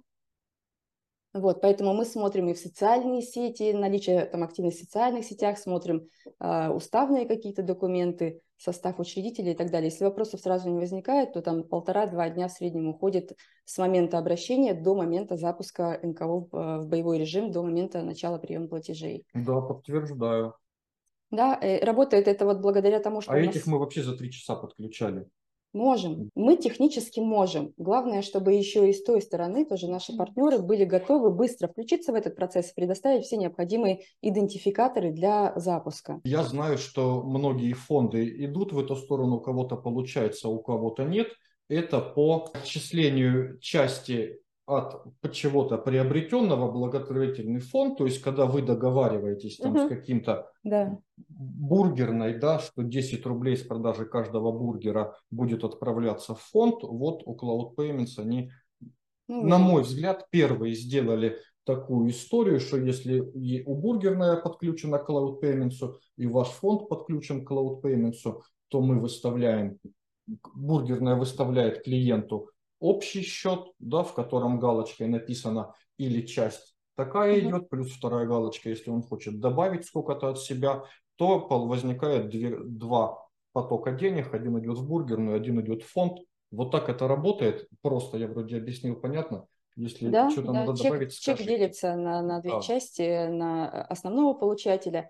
Вот, поэтому мы смотрим и в социальные сети, наличие там активности в социальных сетях, смотрим э, уставные какие-то документы, состав учредителей и так далее. Если вопросов сразу не возникает, то там полтора-два дня в среднем уходит с момента обращения до момента запуска эн ка о в боевой режим, до момента начала приема платежей. Да, подтверждаю. Да, э, работает это вот благодаря тому, что А у этих нас... мы вообще за три часа подключали. Можем. Мы технически можем. Главное, чтобы еще и с той стороны тоже наши партнеры были готовы быстро включиться в этот процесс и предоставить все необходимые идентификаторы для запуска. Я знаю, что многие фонды идут в эту сторону, у кого-то получается, у кого-то нет. Это по отчислению части от чего-то приобретенного благотворительный фонд, то есть когда вы договариваетесь там uh-huh. с каким-то да. бургерной, да, что десять рублей с продажи каждого бургера будет отправляться в фонд, вот у Cloud Payments они, uh-huh. на мой взгляд, первые сделали такую историю, что если у бургерная подключена к Cloud Payments и ваш фонд подключен к Cloud Payments, то мы выставляем, бургерная выставляет клиенту общий счет, да, в котором галочкой написано или часть такая uh-huh. идет, плюс вторая галочка, если он хочет добавить сколько-то от себя, то возникает две, два потока денег, один идет в бургерную, один идет в фонд. Вот так это работает, просто я вроде объяснил, понятно. Если да, что-то да. надо чек, добавить, чек скажите. делится на, на две да. части, на основного получателя,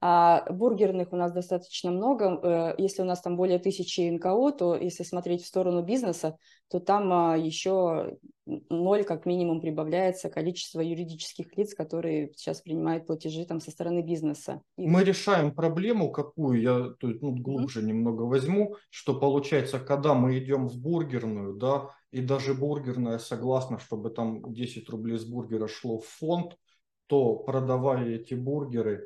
А бургерных у нас достаточно много. Если у нас там более тысячи эн ка о, то если смотреть в сторону бизнеса, то там еще ноль как минимум прибавляется количество юридических лиц, которые сейчас принимают платежи там со стороны бизнеса. Мы решаем проблему, какую я тут, ну, глубже mm-hmm. немного возьму, что получается, когда мы идем в бургерную, да, и даже бургерная согласна, чтобы там десять рублей с бургера шло в фонд, то, продавая эти бургеры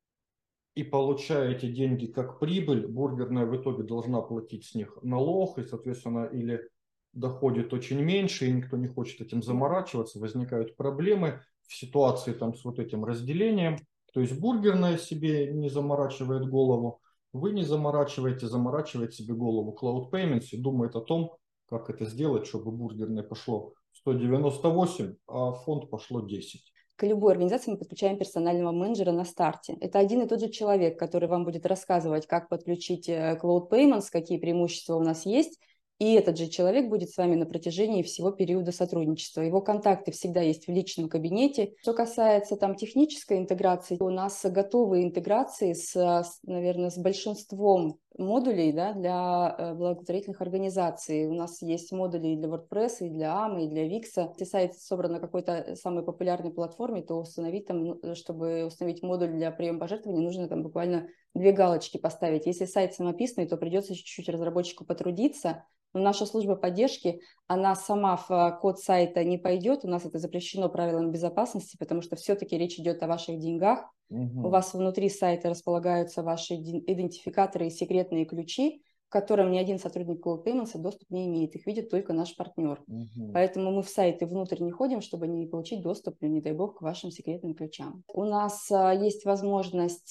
и получая эти деньги как прибыль, бургерная в итоге должна платить с них налог, и, соответственно, или доходит очень меньше, и никто не хочет этим заморачиваться, возникают проблемы в ситуации там с вот этим разделением. То есть бургерная себе не заморачивает голову, вы не заморачиваете, заморачивает себе голову Cloud Payments и думает о том, как это сделать, чтобы бургерное пошло сто девяносто восемь, а фонд пошло десять. К любой организации мы подключаем персонального менеджера на старте. Это один и тот же человек, который вам будет рассказывать, как подключить Cloud Payments, какие преимущества у нас есть. И этот же человек будет с вами на протяжении всего периода сотрудничества. Его контакты всегда есть в личном кабинете. Что касается там технической интеграции, у нас готовые интеграции с, наверное, с большинством модулей, да, для благотворительных организаций. У нас есть модули и для WordPress, и для эй эм, и для Wix. Если сайт собран на какой-то самой популярной платформе, то установить там, чтобы установить модуль для приема пожертвований, нужно там буквально две галочки поставить. Если сайт самописный, то придется чуть-чуть разработчику потрудиться. Но наша служба поддержки, она сама в код сайта не пойдет, у нас это запрещено правилами безопасности, потому что все-таки речь идет о ваших деньгах. Угу. У вас внутри сайта располагаются ваши идентификаторы и секретные ключи, к которым ни один сотрудник Cloud Payments доступ не имеет, их видит только наш партнер. Угу. Поэтому мы в сайты внутрь не ходим, чтобы не получить доступ, не дай бог, к вашим секретным ключам. У нас есть возможность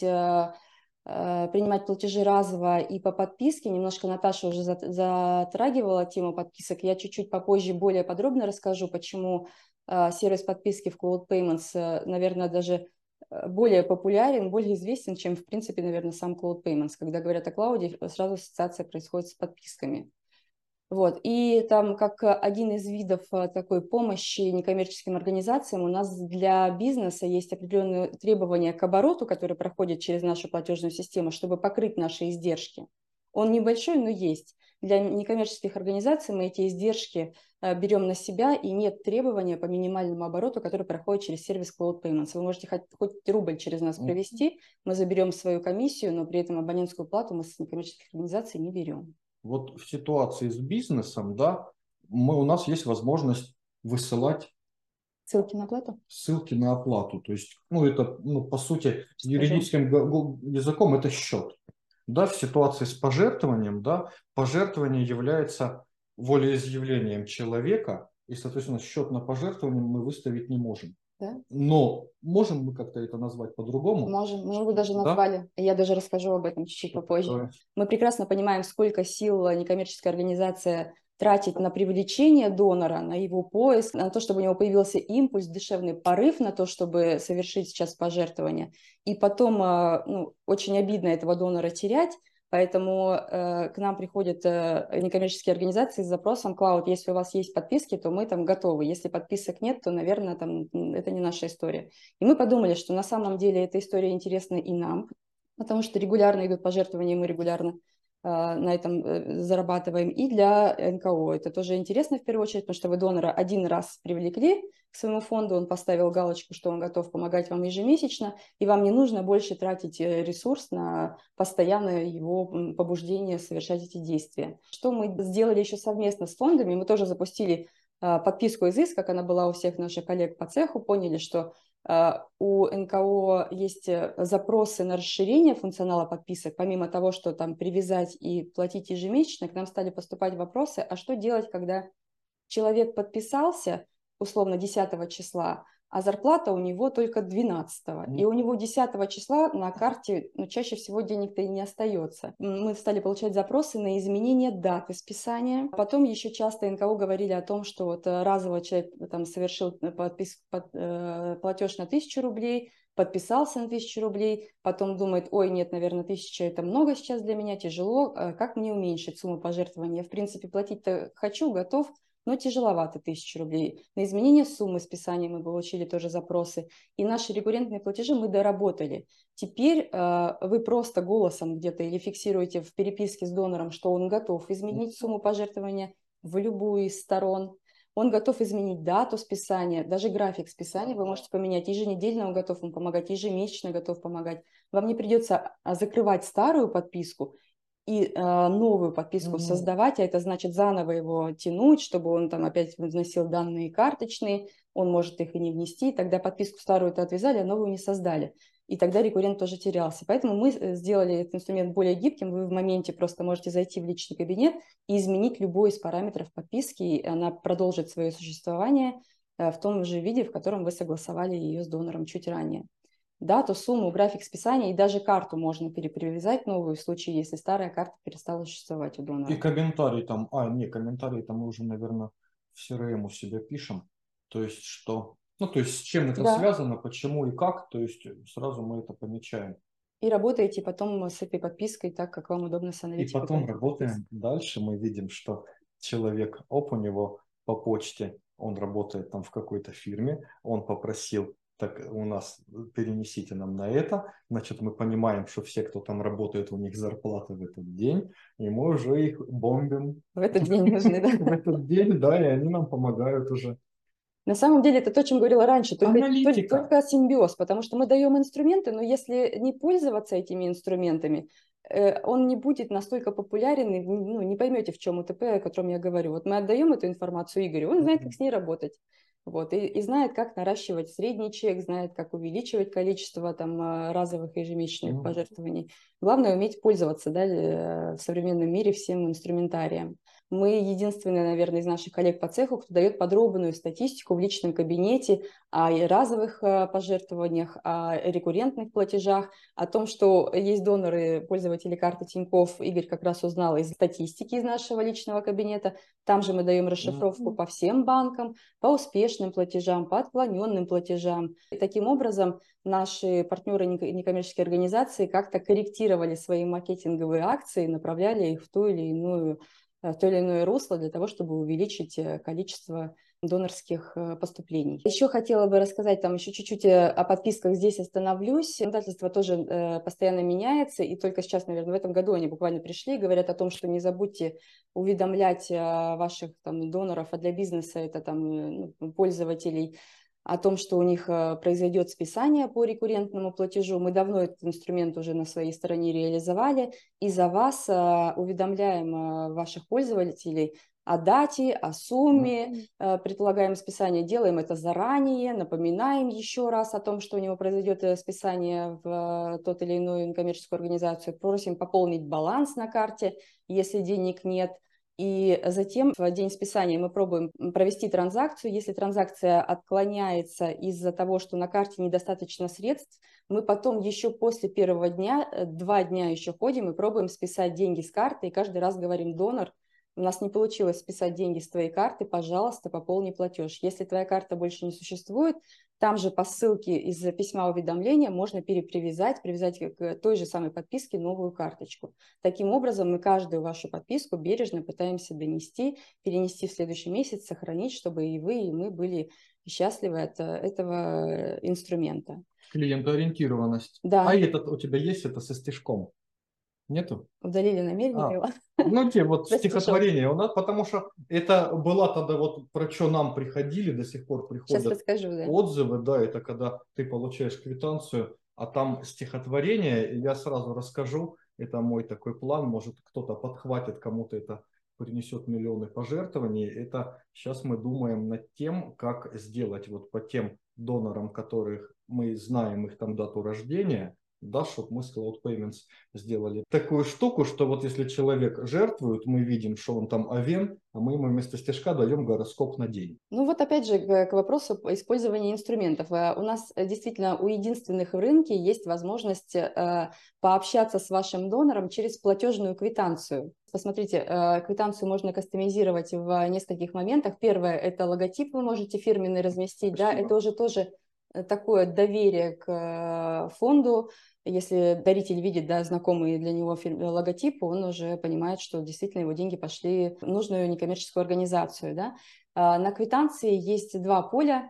принимать платежи разово и по подписке. Немножко Наташа уже затрагивала тему подписок. Я чуть-чуть попозже более подробно расскажу, почему сервис подписки в Cloud Payments, наверное, даже более популярен, более известен, чем, в принципе, наверное, сам Cloud Payments. Когда говорят о клауде, сразу ассоциация происходит с подписками. Вот. И там как один из видов такой помощи некоммерческим организациям у нас для бизнеса есть определенные требования к обороту, которые проходят через нашу платежную систему, чтобы покрыть наши издержки. Он небольшой, но есть. Для некоммерческих организаций мы эти издержки берем на себя, и нет требования по минимальному обороту, который проходит через сервис Cloud Payments. Вы можете хоть, хоть рубль через нас провести, мы заберем свою комиссию, но при этом абонентскую плату мы с некоммерческих организаций не берем. Вот в ситуации с бизнесом, да, мы, у нас есть возможность высылать ссылки на оплату. Ссылки на оплату. То есть, ну, это, ну, по сути, юридическим языком это счет. Да, в ситуации с пожертвованием, да, пожертвование является волеизъявлением человека, и, соответственно, счет на пожертвование мы выставить не можем. Да? Но можем мы как-то это назвать по-другому? Можем, мы его даже назвали. Да? Я даже расскажу об этом чуть-чуть попозже. Да. Мы прекрасно понимаем, сколько сил некоммерческая организация тратит на привлечение донора, на его поиск, на то, чтобы у него появился импульс, душевный порыв на то, чтобы совершить сейчас пожертвование. И потом, ну, очень обидно этого донора терять. Поэтому э, к нам приходят э, некоммерческие организации с запросом: Cloud, если у вас есть подписки, то мы там готовы. Если подписок нет, то, наверное, там, это не наша история. И мы подумали, что на самом деле эта история интересна и нам, потому что регулярно идут пожертвования, мы регулярно э, на этом э, зарабатываем. И для эн ка о это тоже интересно в первую очередь, потому что вы донора один раз привлекли к своему фонду, он поставил галочку, что он готов помогать вам ежемесячно, и вам не нужно больше тратить ресурс на постоянное его побуждение совершать эти действия. Что мы сделали еще совместно с фондами, мы тоже запустили э, подписку ИЗИС, как она была у всех наших коллег по цеху, поняли, что э, у эн ка о есть запросы на расширение функционала подписок, помимо того, что там привязать и платить ежемесячно, к нам стали поступать вопросы: а что делать, когда человек подписался, условно, десятого числа, а зарплата у него только двенадцатого. И у него десятого числа на карте, ну, чаще всего денег-то и не остается. Мы стали получать запросы на изменение даты списания. Потом еще часто эн ка о говорили о том, что вот разово человек там совершил подпис, под, э, платеж на тысячу рублей, подписался на тысячу рублей, потом думает: ой, нет, наверное, тысяча это много сейчас для меня, тяжело, как мне уменьшить сумму пожертвования? Я, в принципе, платить-то хочу, готов, но тяжеловато тысяча рублей. На изменение суммы списания мы получили тоже запросы. И наши рекуррентные платежи мы доработали. Теперь э, вы просто голосом где-то или фиксируете в переписке с донором, что он готов изменить сумму пожертвования в любую из сторон. Он готов изменить дату списания, даже график списания вы можете поменять. Еженедельно он готов вам помогать, ежемесячно готов помогать. Вам не придется закрывать старую подписку и э, новую подписку mm-hmm. создавать, а это значит заново его тянуть, чтобы он там опять вносил данные карточные, он может их и не внести, тогда подписку старую-то отвязали, а новую не создали. И тогда рекуррент тоже терялся. Поэтому мы сделали этот инструмент более гибким. Вы в моменте просто можете зайти в личный кабинет и изменить любой из параметров подписки, и она продолжит свое существование в том же виде, в котором вы согласовали ее с донором чуть ранее. Дату, сумму, график списания и даже карту можно перепривязать новую в случае, если старая карта перестала существовать у донора. И комментарий там, а, не, комментарий там мы уже, наверное, в си эр эм у себя пишем. То есть что... Ну, то есть с чем это да. связано, почему и как, то есть сразу мы это помечаем. И работаете потом с этой подпиской так, как вам удобно с аналитикой. И потом работаем подписки. Дальше, мы видим, что человек, оп, у него по почте, он работает там в какой-то фирме, он попросил, так у нас перенесите нам на это, значит, мы понимаем, что все, кто там работает, у них зарплаты в этот день, и мы уже их бомбим. В этот день нужны, да? В этот день, да, и они нам помогают уже. На самом деле это то, о чем говорила раньше, только, только, только симбиоз, потому что мы даем инструменты, но если не пользоваться этими инструментами, э, он не будет настолько популярен, и, ну, не поймете, в чем УТП, о котором я говорю. Вот мы отдаем эту информацию Игорю, он знает, как с ней работать. Вот, и, и знает, как наращивать средний чек, знает, как увеличивать количество там, разовых ежемесячных mm-hmm. пожертвований. Главное уметь пользоваться, да, в современном мире всем инструментарием. Мы единственные, наверное, из наших коллег по цеху, кто дает подробную статистику в личном кабинете о разовых пожертвованиях, о рекуррентных платежах, о том, что есть доноры, пользователи карты Тинькофф. Игорь как раз узнал из статистики из нашего личного кабинета. Там же мы даем расшифровку mm-hmm. по всем банкам, по успешным платежам, по отклоненным платежам. И таким образом наши партнеры некоммерческие организации как-то корректировали свои маркетинговые акции, направляли их в ту или иную в то или иное русло для того, чтобы увеличить количество донорских поступлений. Еще хотела бы рассказать там еще чуть-чуть о подписках, здесь остановлюсь. Законодательство тоже постоянно меняется, и только сейчас, наверное, в этом году они буквально пришли и говорят о том, что не забудьте уведомлять ваших там доноров, а для бизнеса это там ну, пользователей, о том, что у них произойдет списание по рекуррентному платежу. Мы давно этот инструмент уже на своей стороне реализовали, и за вас уведомляем ваших пользователей о дате, о сумме, предполагаем списание, делаем это заранее, напоминаем еще раз о том, что у него произойдет списание в тот или иную некоммерческую организацию, просим пополнить баланс на карте, если денег нет. И затем в день списания мы пробуем провести транзакцию. Если транзакция отклоняется из-за того, что на карте недостаточно средств, мы потом еще после первого дня, два дня еще ходим и пробуем списать деньги с карты. И каждый раз говорим: донор, у нас не получилось списать деньги с твоей карты, пожалуйста, пополни платеж. Если твоя карта больше не существует, там же по ссылке из письма уведомления можно перепривязать, привязать к той же самой подписке новую карточку. Таким образом, мы каждую вашу подписку бережно пытаемся донести, перенести в следующий месяц, сохранить, чтобы и вы, и мы были счастливы от этого инструмента. Клиентоориентированность. Да. А этот у тебя есть это со стишком? Нету? Удалили намерение его. А, ну, те вот стихотворения у нас, потому что это была тогда вот про что нам приходили, до сих пор приходят. Сейчас расскажу, да. Отзывы, да, это когда ты получаешь квитанцию, а там стихотворение, и я сразу расскажу, это мой такой план, может кто-то подхватит, кому-то это принесет миллионы пожертвований. Это сейчас мы думаем над тем, как сделать вот по тем донорам, которых мы знаем их там дату рождения, да, чтобы мы с Cloud Payments сделали такую штуку, что вот если человек жертвует, мы видим, что он там овен, а мы ему вместо стишка даем гороскоп на день. Ну вот опять же к вопросу использования инструментов. У нас действительно у единственных в рынке есть возможность пообщаться с вашим донором через платежную квитанцию. Посмотрите, квитанцию можно кастомизировать в нескольких моментах. Первое – это логотип вы можете фирменный разместить, да, это уже тоже такое доверие к фонду. Если даритель видит, да, знакомый для него логотип, он уже понимает, что действительно его деньги пошли в нужную некоммерческую организацию. Да. На квитанции есть два поля,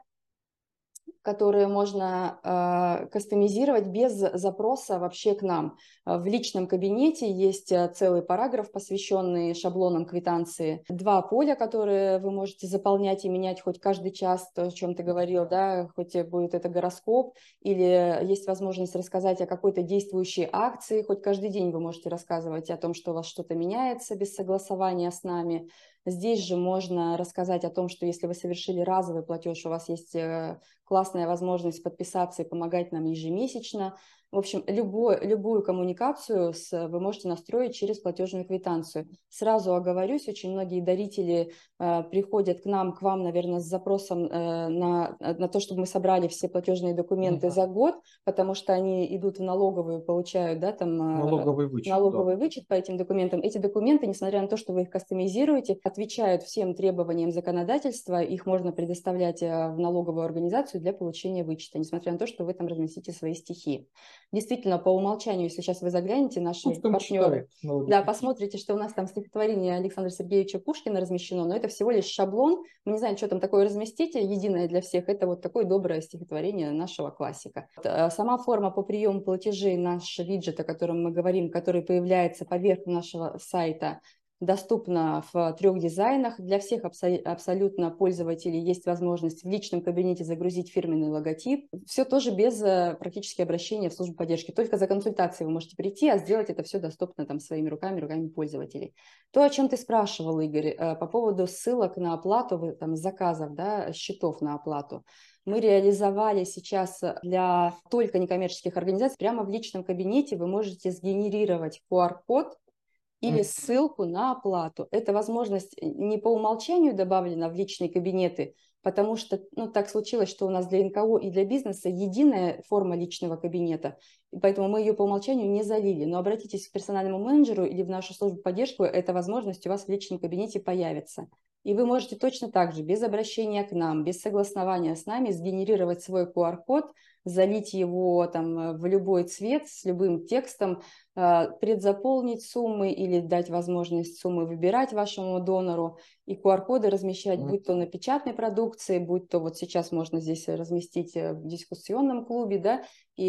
которые можно э, кастомизировать без запроса вообще к нам. В личном кабинете есть целый параграф, посвященный шаблонам квитанции. Два поля, которые вы можете заполнять и менять хоть каждый час, то, о чем ты говорил, да, хоть будет это гороскоп, или есть возможность рассказать о какой-то действующей акции, хоть каждый день вы можете рассказывать о том, что у вас что-то меняется без согласования с нами. Здесь же можно рассказать о том, что если вы совершили разовый платеж, у вас есть классная возможность подписаться и помогать нам ежемесячно. В общем, любую, любую коммуникацию с, вы можете настроить через платежную квитанцию. Сразу оговорюсь, очень многие дарители э, приходят к нам, к вам, наверное, с запросом э, на, на то, чтобы мы собрали все платежные документы mm-hmm. за год, потому что они идут в налоговую, получают, да, там, налоговый вычет, налоговый да. вычет по этим документам. Эти документы, несмотря на то, что вы их кастомизируете, отвечают всем требованиям законодательства, их можно предоставлять в налоговую организацию для получения вычета, несмотря на то, что вы там разместите свои стихи. Действительно, по умолчанию, если сейчас вы заглянете, наши ну, партнеры, да, посмотрите, что у нас там стихотворение Александра Сергеевича Пушкина размещено, но это всего лишь шаблон. Мы не знаем, что там такое разместить, единое для всех. Это вот такое доброе стихотворение нашего классика. Сама форма по приему платежей, наш виджет, о котором мы говорим, который появляется поверх нашего сайта, доступна в трех дизайнах. Для всех абсолютно пользователей есть возможность в личном кабинете загрузить фирменный логотип. Все тоже без практически обращения в службу поддержки. Только за консультацией вы можете прийти, а сделать это все доступно там своими руками, руками пользователей. То, о чем ты спрашивал, Игорь, по поводу ссылок на оплату, там, заказов, да, счетов на оплату. Мы реализовали сейчас для только некоммерческих организаций прямо в личном кабинете вы можете сгенерировать ку ар код или ссылку на оплату. Эта возможность не по умолчанию добавлена в личные кабинеты, потому что ну, так случилось, что у нас для эн ка о и для бизнеса единая форма личного кабинета, и поэтому мы ее по умолчанию не залили. Но обратитесь к персональному менеджеру или в нашу службу поддержки, эта возможность у вас в личном кабинете появится. И вы можете точно так же, без обращения к нам, без согласования с нами, сгенерировать свой ку ар код, залить его там в любой цвет с любым текстом, предзаполнить суммы или дать возможность суммы выбирать вашему донору и ку ар коды размещать, будь то на печатной продукции, будь то вот сейчас можно здесь разместить в дискуссионном клубе, да,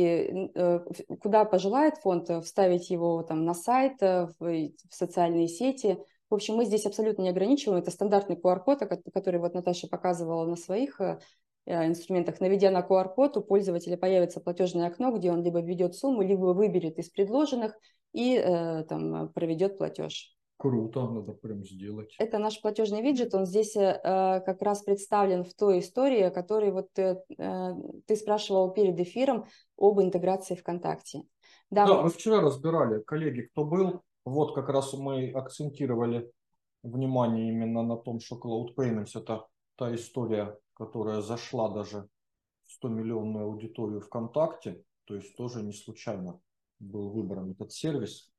и куда пожелает фонд, вставить его там на сайт, в, в социальные сети. В общем, мы здесь абсолютно не ограничиваем. Это стандартный ку ар код, который вот Наташа показывала на своих инструментах. Наведя на ку ар код, у пользователя появится платежное окно, где он либо введет сумму, либо выберет из предложенных и э, там, проведет платеж. Круто, надо прям сделать. Это наш платежный виджет, он здесь э, как раз представлен в той истории, о которой вот, э, ты спрашивал перед эфиром об интеграции ВКонтакте. Да, да, мы вчера разбирали, коллеги, кто был, вот как раз мы акцентировали внимание именно на том, что Cloud Payments это та история, которая зашла даже в сто-миллионную аудиторию ВКонтакте, то есть тоже не случайно был выбран этот сервис.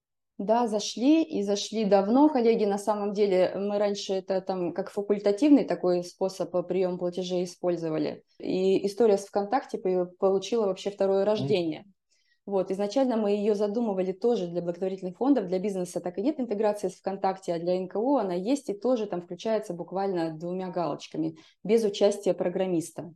Да, зашли и зашли давно, коллеги. На самом деле мы раньше это там как факультативный такой способ приема платежей использовали. И история с ВКонтакте получила вообще второе рождение. Вот, изначально мы ее задумывали тоже для благотворительных фондов, для бизнеса так и нет интеграции с ВКонтакте, а для эн ка о она есть и тоже там включается буквально двумя галочками, без участия программиста.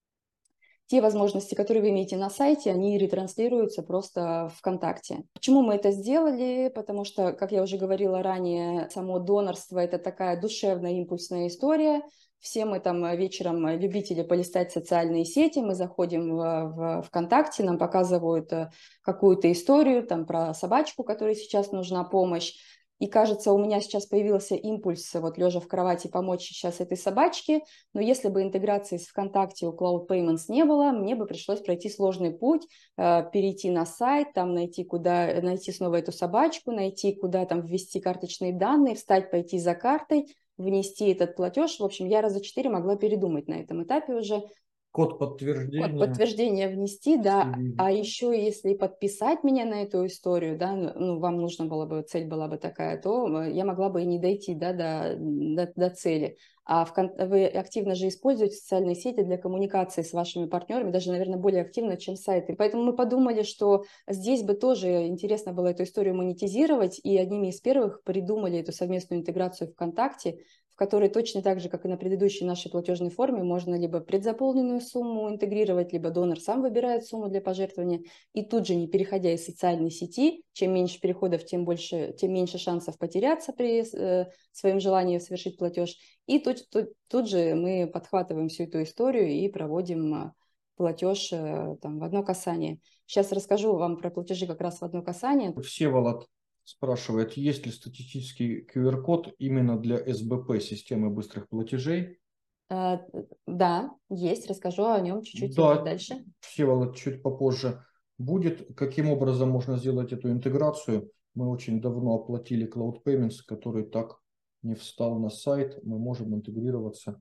Те возможности, которые вы имеете на сайте, они ретранслируются просто в ВКонтакте. Почему мы это сделали? Потому что, как я уже говорила ранее, само донорство – это такая душевная импульсная история. Все мы там вечером любители полистать социальные сети, мы заходим в, в ВКонтакте, нам показывают какую-то историю там, про собачку, которой сейчас нужна помощь. И кажется, у меня сейчас появился импульс, вот лежа в кровати, помочь сейчас этой собачке, но если бы интеграции с ВКонтакте у Cloud Payments не было, мне бы пришлось пройти сложный путь, э, перейти на сайт, там найти, куда, найти снова эту собачку, найти, куда там ввести карточные данные, встать, пойти за картой, внести этот платеж. В общем, я раза четыре могла передумать на этом этапе уже. Код подтверждения. Код подтверждения внести, да, а еще если подписать меня на эту историю, да, ну, вам нужно было бы, цель была бы такая, то я могла бы и не дойти, да, до, до, до цели. А в, вы активно же используете социальные сети для коммуникации с вашими партнерами, даже, наверное, более активно, чем сайты. Поэтому мы подумали, что здесь бы тоже интересно было эту историю монетизировать, и одними из первых придумали эту совместную интеграцию ВКонтакте, в которой точно так же, как и на предыдущей нашей платежной форме, можно либо предзаполненную сумму интегрировать, либо донор сам выбирает сумму для пожертвования, и тут же, не переходя из социальной сети, чем меньше переходов, тем больше, тем меньше шансов потеряться при э, своем желании совершить платеж. И тут, тут, тут же мы подхватываем всю эту историю и проводим платеж э, там, в одно касание. Сейчас расскажу вам про платежи как раз в одно касание. Всеволод спрашивает, есть ли статистический ку эр код именно для эс бэ пэ, системы быстрых платежей? Uh, да, есть. Расскажу о нем чуть-чуть да, дальше. Всеволод чуть попозже будет. Каким образом можно сделать эту интеграцию? Мы очень давно оплатили Cloud Payments, который так не встал на сайт. Мы можем интегрироваться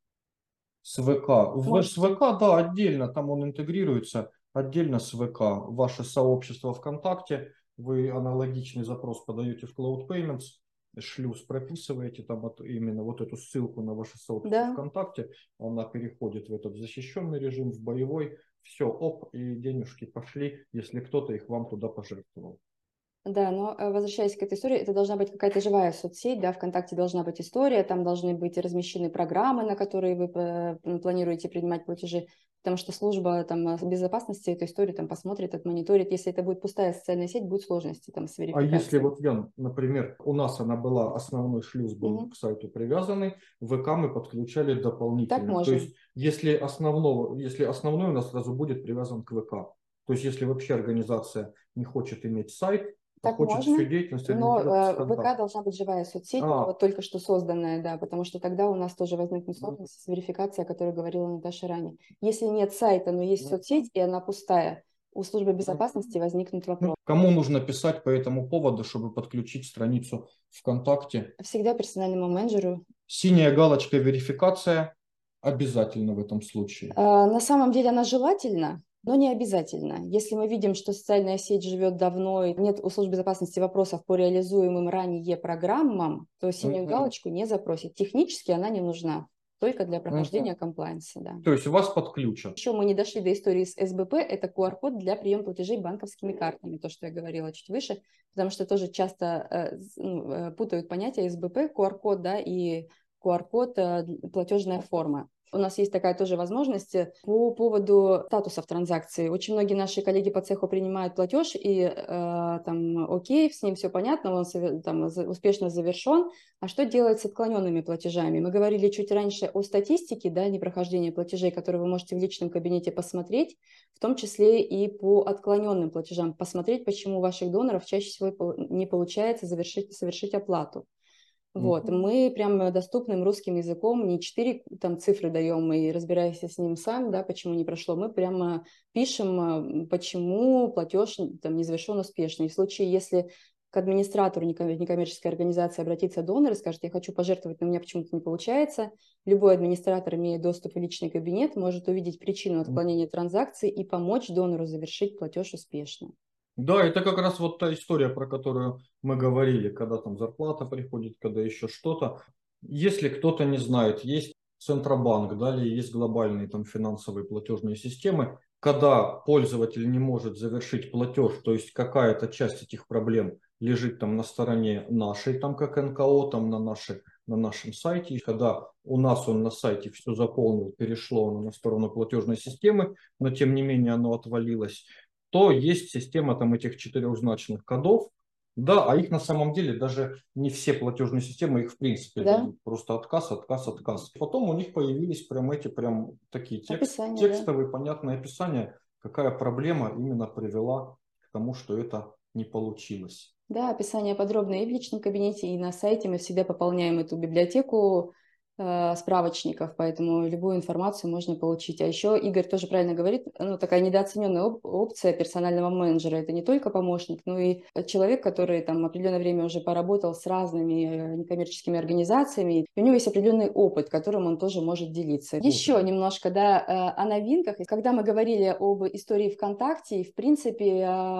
с вэ ка. В, с вэ ка, да, отдельно. Там он интегрируется отдельно с вэ ка. Ваше сообщество ВКонтакте. Вы аналогичный запрос подаете в Cloud Payments, шлюз прописываете, там вот именно вот эту ссылку на ваше сообщество да. ВКонтакте, она переходит в этот защищенный режим, в боевой, все, оп, и денежки пошли, если кто-то их вам туда пожертвовал. Да, но возвращаясь к этой истории, это должна быть какая-то живая соцсеть, да, ВКонтакте должна быть история, там должны быть размещены программы, на которые вы планируете принимать платежи, потому что служба там, безопасности эту историю там, посмотрит, отмониторит. Если это будет пустая социальная сеть, будут сложности там, с верификацией. А если вот, Ян, например, у нас она была, основной шлюз был угу. к сайту привязанный, в вэ ка мы подключали дополнительно. Так можно. То есть если, основного, если основной у нас сразу будет привязан к вэ ка, то есть если вообще организация не хочет иметь сайт, так хочет можно, всю деятельность, но э, вэ ка должна быть живая соцсеть, а. вот только что созданная, да, потому что тогда у нас тоже возникнет сложность с верификацией, о которой говорила Наташа ранее. Если нет сайта, но есть соцсеть, и она пустая, у службы безопасности возникнут вопросы. Ну, кому нужно писать по этому поводу, чтобы подключить страницу ВКонтакте? Всегда персональному менеджеру. Синяя галочка верификация обязательно в этом случае. А, на самом деле она желательна, но не обязательно. Если мы видим, что социальная сеть живет давно и нет у службы безопасности вопросов по реализуемым ранее программам, то синюю uh-huh. галочку не запросит. Технически она не нужна, только для прохождения uh-huh. комплайнса. Да. То есть вас подключат. Еще мы не дошли до истории с эс бэ пэ, это ку ар код для приема платежей банковскими картами, то, что я говорила чуть выше, потому что тоже часто э, ну, путают понятия эс бэ пэ, ку ар код, да, и ку ар код э, платежная форма. У нас есть такая тоже возможность по поводу статусов транзакции. Очень многие наши коллеги по цеху принимают платеж, и э, там окей, с ним все понятно, он там, успешно завершен. А что делать с отклоненными платежами? Мы говорили чуть раньше о статистике, да, непрохождения платежей, которые вы можете в личном кабинете посмотреть, в том числе и по отклоненным платежам, посмотреть, почему у ваших доноров чаще всего не получается завершить, совершить оплату. Вот, mm-hmm. мы прям доступным русским языком не четыре там цифры даем и разбираешься с ним сам, да, почему не прошло, мы прямо пишем, почему платеж там не завершен успешно. И в случае, если к администратору некоммерческой организации обратится донор и скажет, я хочу пожертвовать, но у меня почему-то не получается, любой администратор, имея доступ в личный кабинет, может увидеть причину отклонения mm-hmm. транзакции и помочь донору завершить платеж успешно. Да, это как раз вот та история, про которую мы говорили, когда там зарплата приходит, когда еще что-то. Если кто-то не знает, есть Центробанк, далее есть глобальные там финансовые платежные системы, когда пользователь не может завершить платеж, то есть какая-то часть этих проблем лежит там на стороне нашей, там как эн ка о, там на, нашей, на нашем сайте, и когда у нас он на сайте все заполнил, перешло оно на сторону платежной системы, но тем не менее оно отвалилось, то есть система там этих четырехзначных кодов, да, а их на самом деле даже не все платежные системы, их в принципе да. дадут, просто отказ, отказ, отказ. Потом у них появились прям эти прям такие текст, описание, текстовые, да. понятные описания, какая проблема именно привела к тому, что это не получилось. Да, описание подробное и в личном кабинете, и на сайте. Мы всегда пополняем эту библиотеку справочников, поэтому любую информацию можно получить. А еще Игорь тоже правильно говорит, ну, такая недооцененная оп- опция персонального менеджера. Это не только помощник, но и человек, который там определенное время уже поработал с разными некоммерческими организациями, и у него есть определенный опыт, которым он тоже может делиться. Еще немножко, да, о новинках. Когда мы говорили об истории ВКонтакте и, в принципе,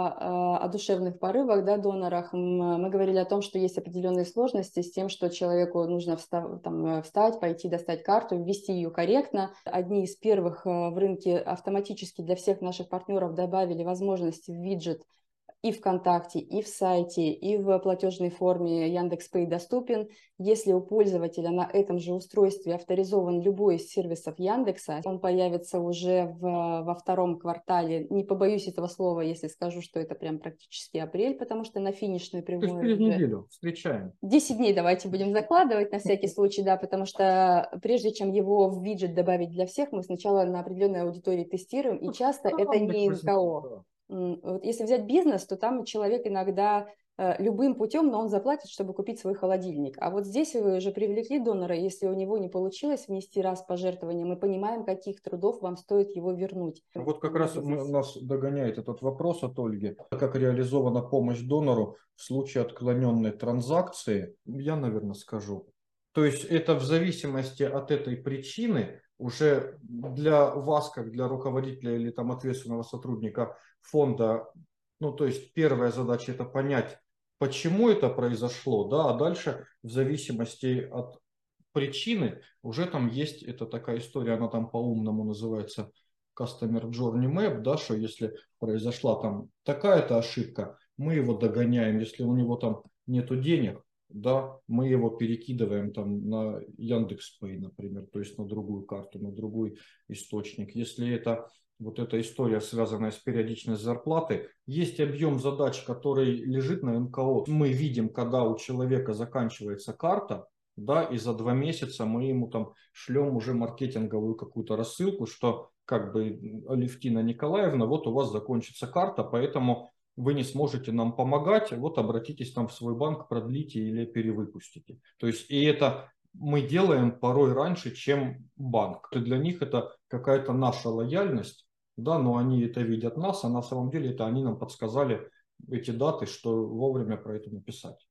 о, о душевных порывах, да, донорах, мы говорили о том, что есть определенные сложности с тем, что человеку нужно встав, там, встать, пойти достать карту, ввести ее корректно. Одни из первых в рынке автоматически для всех наших партнеров добавили возможность в виджет и ВКонтакте, и в сайте, и в платежной форме Яндекс.Пэй доступен. Если у пользователя на этом же устройстве авторизован любой из сервисов Яндекса, он появится уже в, во втором квартале. Не побоюсь этого слова, если скажу, что это прям практически апрель, потому что на финишную прямую... То есть через неделю встречаем. десять дней давайте будем закладывать на всякий случай, да, потому что прежде чем его в виджет добавить для всех, мы сначала на определенной аудитории тестируем, и часто это не эн ка о. Вот если взять бизнес, то там человек иногда э, любым путем, но он заплатит, чтобы купить свой холодильник. А вот здесь вы уже привлекли донора, если у него не получилось внести раз пожертвование, мы понимаем, каких трудов вам стоит его вернуть. Вот как раз мы, нас догоняет этот вопрос от Ольги. Как реализована помощь донору в случае отклоненной транзакции, я, наверное, скажу. То есть это в зависимости от этой причины уже для вас, как для руководителя или там ответственного сотрудника фонда, ну то есть первая задача это понять, почему это произошло, да, а дальше в зависимости от причины уже там есть, это такая история, она там по-умному называется Customer Journey Map, да, что если произошла там такая-то ошибка, мы его догоняем, если у него там нету денег, да, мы его перекидываем там на Яндекс.Пэй, например, то есть на другую карту, на другой источник. Если это вот эта история, связанная с периодичностью зарплаты, есть объем задач, который лежит на эн ка о. Мы видим, когда у человека заканчивается карта, да, и за два месяца мы ему там шлем уже маркетинговую какую-то рассылку, что как бы Алевтина Николаевна, вот у вас закончится карта, поэтому вы не сможете нам помогать, вот обратитесь там в свой банк, продлите или перевыпустите. То есть и это мы делаем порой раньше, чем банк. И для них это какая-то наша лояльность, да, но они это видят нас, а на самом деле это они нам подсказали эти даты, что вовремя про это написать.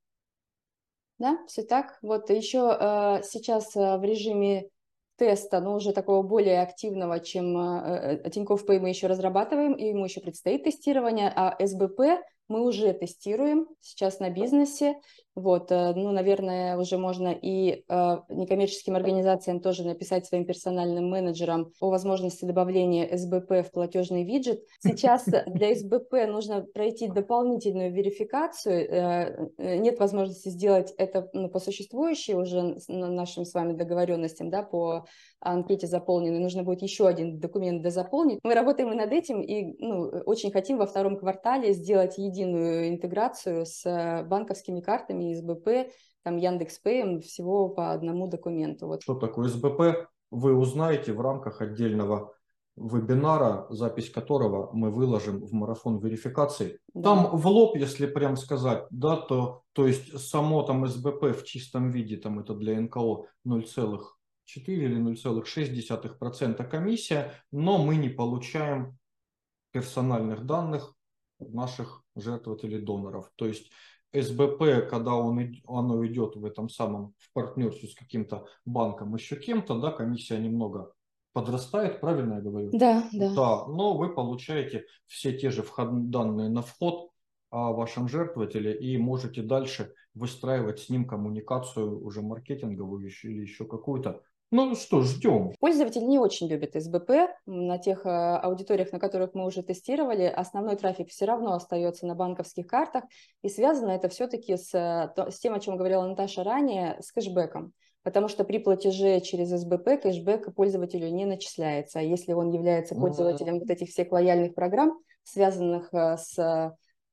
Да, все так. Вот еще э, сейчас э, в режиме теста, но уже такого более активного, чем э, Тинькофф Пэй мы еще разрабатываем, и ему еще предстоит тестирование, а эс бэ пэ мы уже тестируем сейчас на бизнесе. Вот, ну, наверное, уже можно и э, некоммерческим организациям тоже написать своим персональным менеджерам о возможности добавления эс бэ пэ в платежный виджет. Сейчас для эс бэ пэ нужно пройти дополнительную верификацию. Э, нет возможности сделать это ну, по существующей уже нашим с вами договоренностям, да, по анкете заполненной. Нужно будет еще один документ дозаполнить. Мы работаем и над этим, и ну, очень хотим во втором квартале сделать единую интеграцию с банковскими картами, эс бэ пэ, там Яндекс.Пэй, всего по одному документу. Вот. Что такое эс бэ пэ, вы узнаете в рамках отдельного вебинара, запись которого мы выложим в марафон верификации. Да. Там в лоб, если прям сказать, да, то, то есть само там эс бэ пэ в чистом виде, там это для эн ка о ноль целых четыре или ноль целых шесть десятых процента комиссия, но мы не получаем персональных данных наших жертвователей доноров. То есть эс бэ пэ, когда он, оно идет в этом самом в партнерстве с каким-то банком, еще кем-то, да, комиссия немного подрастает, правильно я говорю? Да, да. Да, но вы получаете все те же вход, данные на вход о вашем жертвователе и можете дальше выстраивать с ним коммуникацию уже маркетинговую еще, или еще какую-то. Ну что, ждем. Пользователь не очень любит эс бэ пэ. На тех аудиториях, на которых мы уже тестировали, основной трафик все равно остается на банковских картах. И связано это все-таки с, с тем, о чем говорила Наташа ранее, с кэшбэком. Потому что при платеже через эс бэ пэ кэшбэк пользователю не начисляется. А если он является пользователем вот этих всех лояльных программ, связанных с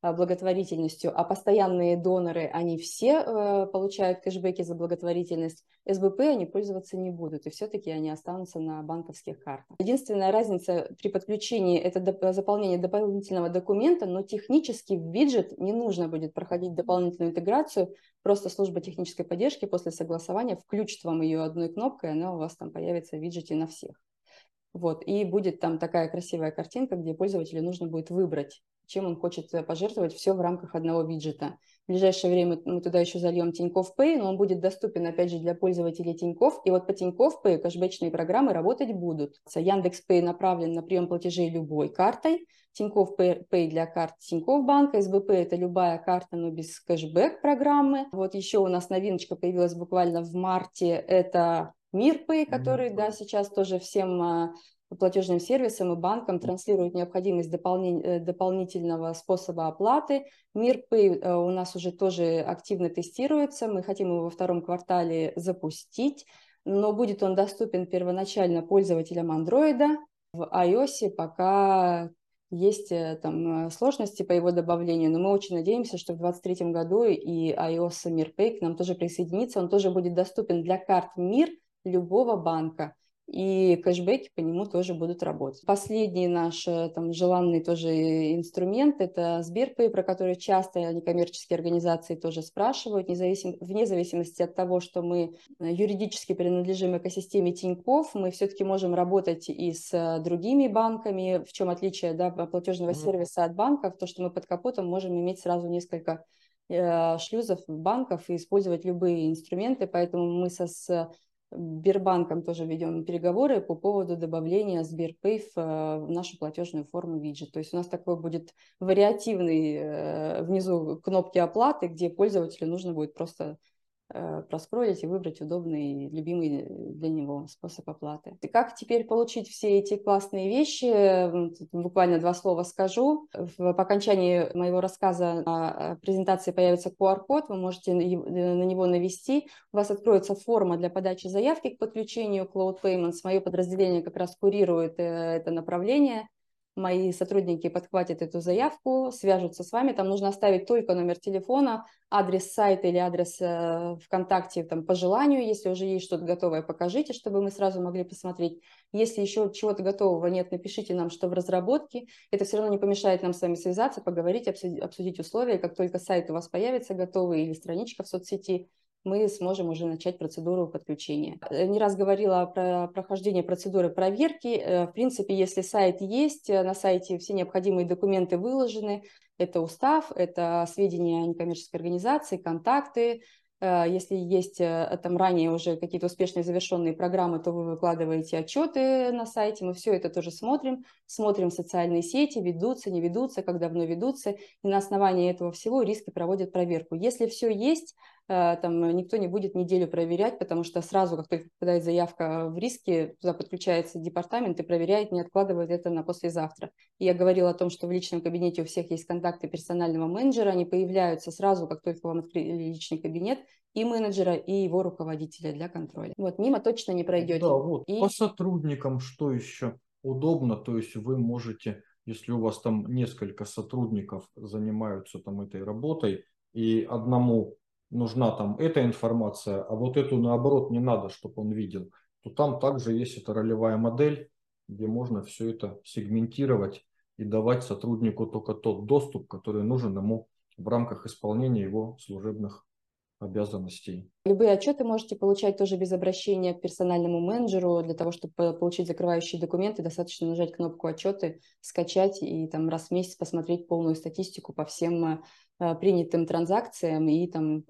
благотворительностью, а постоянные доноры, они все э, получают кэшбэки за благотворительность, эс бэ пэ они пользоваться не будут, и все-таки они останутся на банковских картах. Единственная разница при подключении – это доп- заполнение дополнительного документа, но технически в виджет не нужно будет проходить дополнительную интеграцию, просто служба технической поддержки после согласования включит вам ее одной кнопкой, и она у вас там появится в виджете на всех. Вот, и будет там такая красивая картинка, где пользователю нужно будет выбрать, чем он хочет пожертвовать, все в рамках одного виджета. В ближайшее время мы туда еще зальем Тинькофф Пэй, но он будет доступен, опять же, для пользователей Тинькофф. И вот по Тинькофф Пэй кэшбэчные программы работать будут. Яндекс Пэй направлен на прием платежей любой картой. Тинькофф Пэй для карт Тинькофф банка. эс бэ пэ это любая карта, но без кэшбэк программы. Вот еще у нас новиночка появилась буквально в марте. Это Мир Пэй, который, да, сейчас тоже всем платежным сервисам и банкам транслирует необходимость дополнительного способа оплаты. Мир Пэй у нас уже тоже активно тестируется. Мы хотим его во втором квартале запустить, но будет он доступен первоначально пользователям Android. В iOS пока есть там сложности по его добавлению, но мы очень надеемся, что в две тысячи двадцать третьем году и iOS Мир Пэй к нам тоже присоединится. Он тоже будет доступен для карт Мир любого банка, и кэшбэки по нему тоже будут работать. Последний наш там желанный тоже инструмент – это Сберпэй, про который часто некоммерческие организации тоже спрашивают, независим, вне зависимости от того, что мы юридически принадлежим экосистеме Тинькофф, мы все-таки можем работать и с другими банками. В чем отличие, да, платежного сервиса от банков? То, что мы под капотом можем иметь сразу несколько э, шлюзов банков и использовать любые инструменты, поэтому мы со Сбербанком тоже ведем переговоры по поводу добавления Сберпэй в, в нашу платежную форму виджет. То есть у нас такой будет вариативный э, внизу кнопки оплаты, где пользователю нужно будет просто э, проскроллить и выбрать удобный, любимый для него способ оплаты. И как теперь получить все эти классные вещи? Буквально два слова скажу. В, по окончании моего рассказа на презентации появится ку ар код, вы можете на него навести. У вас откроется форма для подачи заявки к подключению Cloud Payments. Мое подразделение как раз курирует это направление. Мои сотрудники подхватят эту заявку, свяжутся с вами. Там нужно оставить только номер телефона, адрес сайта или адрес э, ВКонтакте там, по желанию. Если уже есть что-то готовое, покажите, чтобы мы сразу могли посмотреть. Если еще чего-то готового нет, напишите нам, что в разработке. Это все равно не помешает нам с вами связаться, поговорить, обсудить, обсудить условия. Как только сайт у вас появится готовый или страничка в соцсети, мы сможем уже начать процедуру подключения. Не раз говорила про прохождение процедуры проверки. В принципе, если сайт есть, на сайте все необходимые документы выложены. Это устав, это сведения о некоммерческой организации, контакты. Если есть там ранее уже какие-то успешные завершенные программы, то вы выкладываете отчеты на сайте. Мы все это тоже смотрим. Смотрим социальные сети, ведутся, не ведутся, как давно ведутся. И на основании этого всего риски проводят проверку. Если все есть, там никто не будет неделю проверять, потому что сразу, как только попадает заявка в риски, туда подключается департамент и проверяет, не откладывает это на послезавтра. И я говорила о том, что в личном кабинете у всех есть контакты персонального менеджера, они появляются сразу, как только вам открыли личный кабинет, и менеджера, и его руководителя для контроля. Вот, мимо точно не пройдете. Да, вот, и... по сотрудникам что еще удобно, то есть вы можете, если у вас там несколько сотрудников занимаются там этой работой, и одному нужна там эта информация, а вот эту наоборот не надо, чтобы он видел, то там также есть эта ролевая модель, где можно все это сегментировать и давать сотруднику только тот доступ, который нужен ему в рамках исполнения его служебных обязанностей. Любые отчеты можете получать тоже без обращения к персональному менеджеру. Для того, чтобы получить закрывающие документы, достаточно нажать кнопку «Отчеты», скачать и там раз в месяц посмотреть полную статистику по всем принятым транзакциям и там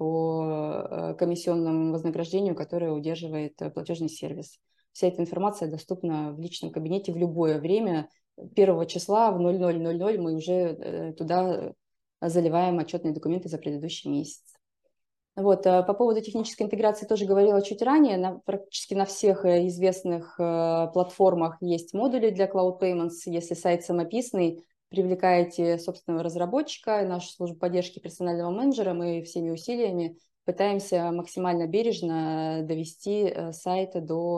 по комиссионному вознаграждению, которое удерживает платежный сервис. Вся эта информация доступна в личном кабинете в любое время. Первого числа в ноль ноль ноль ноль мы уже туда заливаем отчетные документы за предыдущий месяц. Вот, по поводу технической интеграции тоже говорила чуть ранее. На, практически на всех известных э, платформах есть модули для Cloud Payments. Если сайт самописный, привлекаете собственного разработчика, нашу службу поддержки персонального менеджера, мы всеми усилиями пытаемся максимально бережно довести сайт до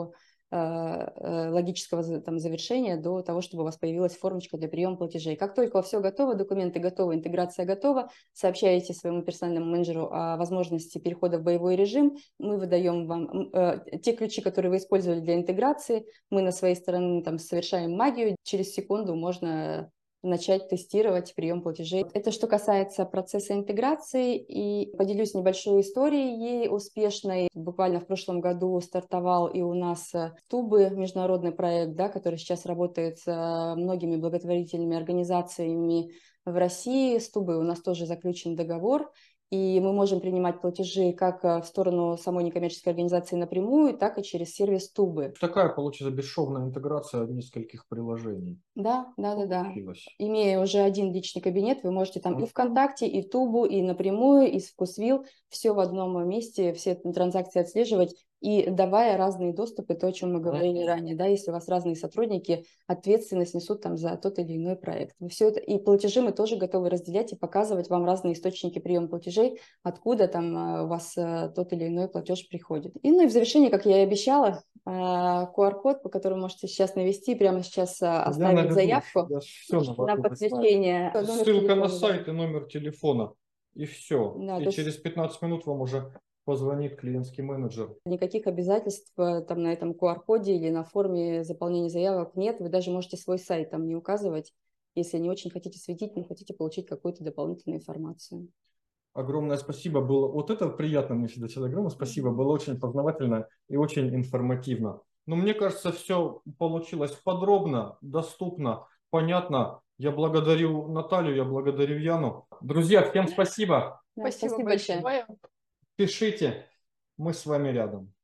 логического там завершения до того, чтобы у вас появилась формочка для приема платежей. Как только все готово, документы готовы, интеграция готова, сообщаете своему персональному менеджеру о возможности перехода в боевой режим, мы выдаем вам э, те ключи, которые вы использовали для интеграции, мы на своей стороне там совершаем магию, через секунду можно начать тестировать прием платежей. Это что касается процесса интеграции. И поделюсь небольшой историей успешной. Буквально в прошлом году стартовал и у нас Тубы, международный проект, да, который сейчас работает с многими благотворительными организациями в России. С Тубой у нас тоже заключен договор. И мы можем принимать платежи как в сторону самой некоммерческой организации напрямую, так и через сервис Тубы. Такая получится бесшовная интеграция нескольких приложений. Да, да, да, да. Получилось. Имея уже один личный кабинет, вы можете там Mm. и ВКонтакте, и в Тубу, и напрямую, и с Вкусвилл, все в одном месте, все транзакции отслеживать и давая разные доступы, то, о чем мы говорили mm. ранее, да, если у вас разные сотрудники ответственность несут там за тот или иной проект. Все это, и платежи мы тоже готовы разделять и показывать вам разные источники приема платежей, откуда там у вас тот или иной платеж приходит. И, ну и в завершении, как я и обещала, ку ар код, по которому можете сейчас навести, прямо сейчас оставить заявку на подключение. Ссылка на сайт и номер телефона. И все. Да, и через пятнадцать минут вам уже позвонит клиентский менеджер. Никаких обязательств там на этом ку ар коде или на форме заполнения заявок нет. Вы даже можете свой сайт там не указывать, если не очень хотите светить, не хотите получить какую-то дополнительную информацию. Огромное спасибо. Было вот это приятно мне всегда. Огромное спасибо. Было очень познавательно и очень информативно. Но мне кажется, все получилось подробно, доступно, понятно. Я благодарю Наталью, я благодарю Яну. Друзья, всем спасибо. Да, спасибо, спасибо большое. Пишите, мы с вами рядом.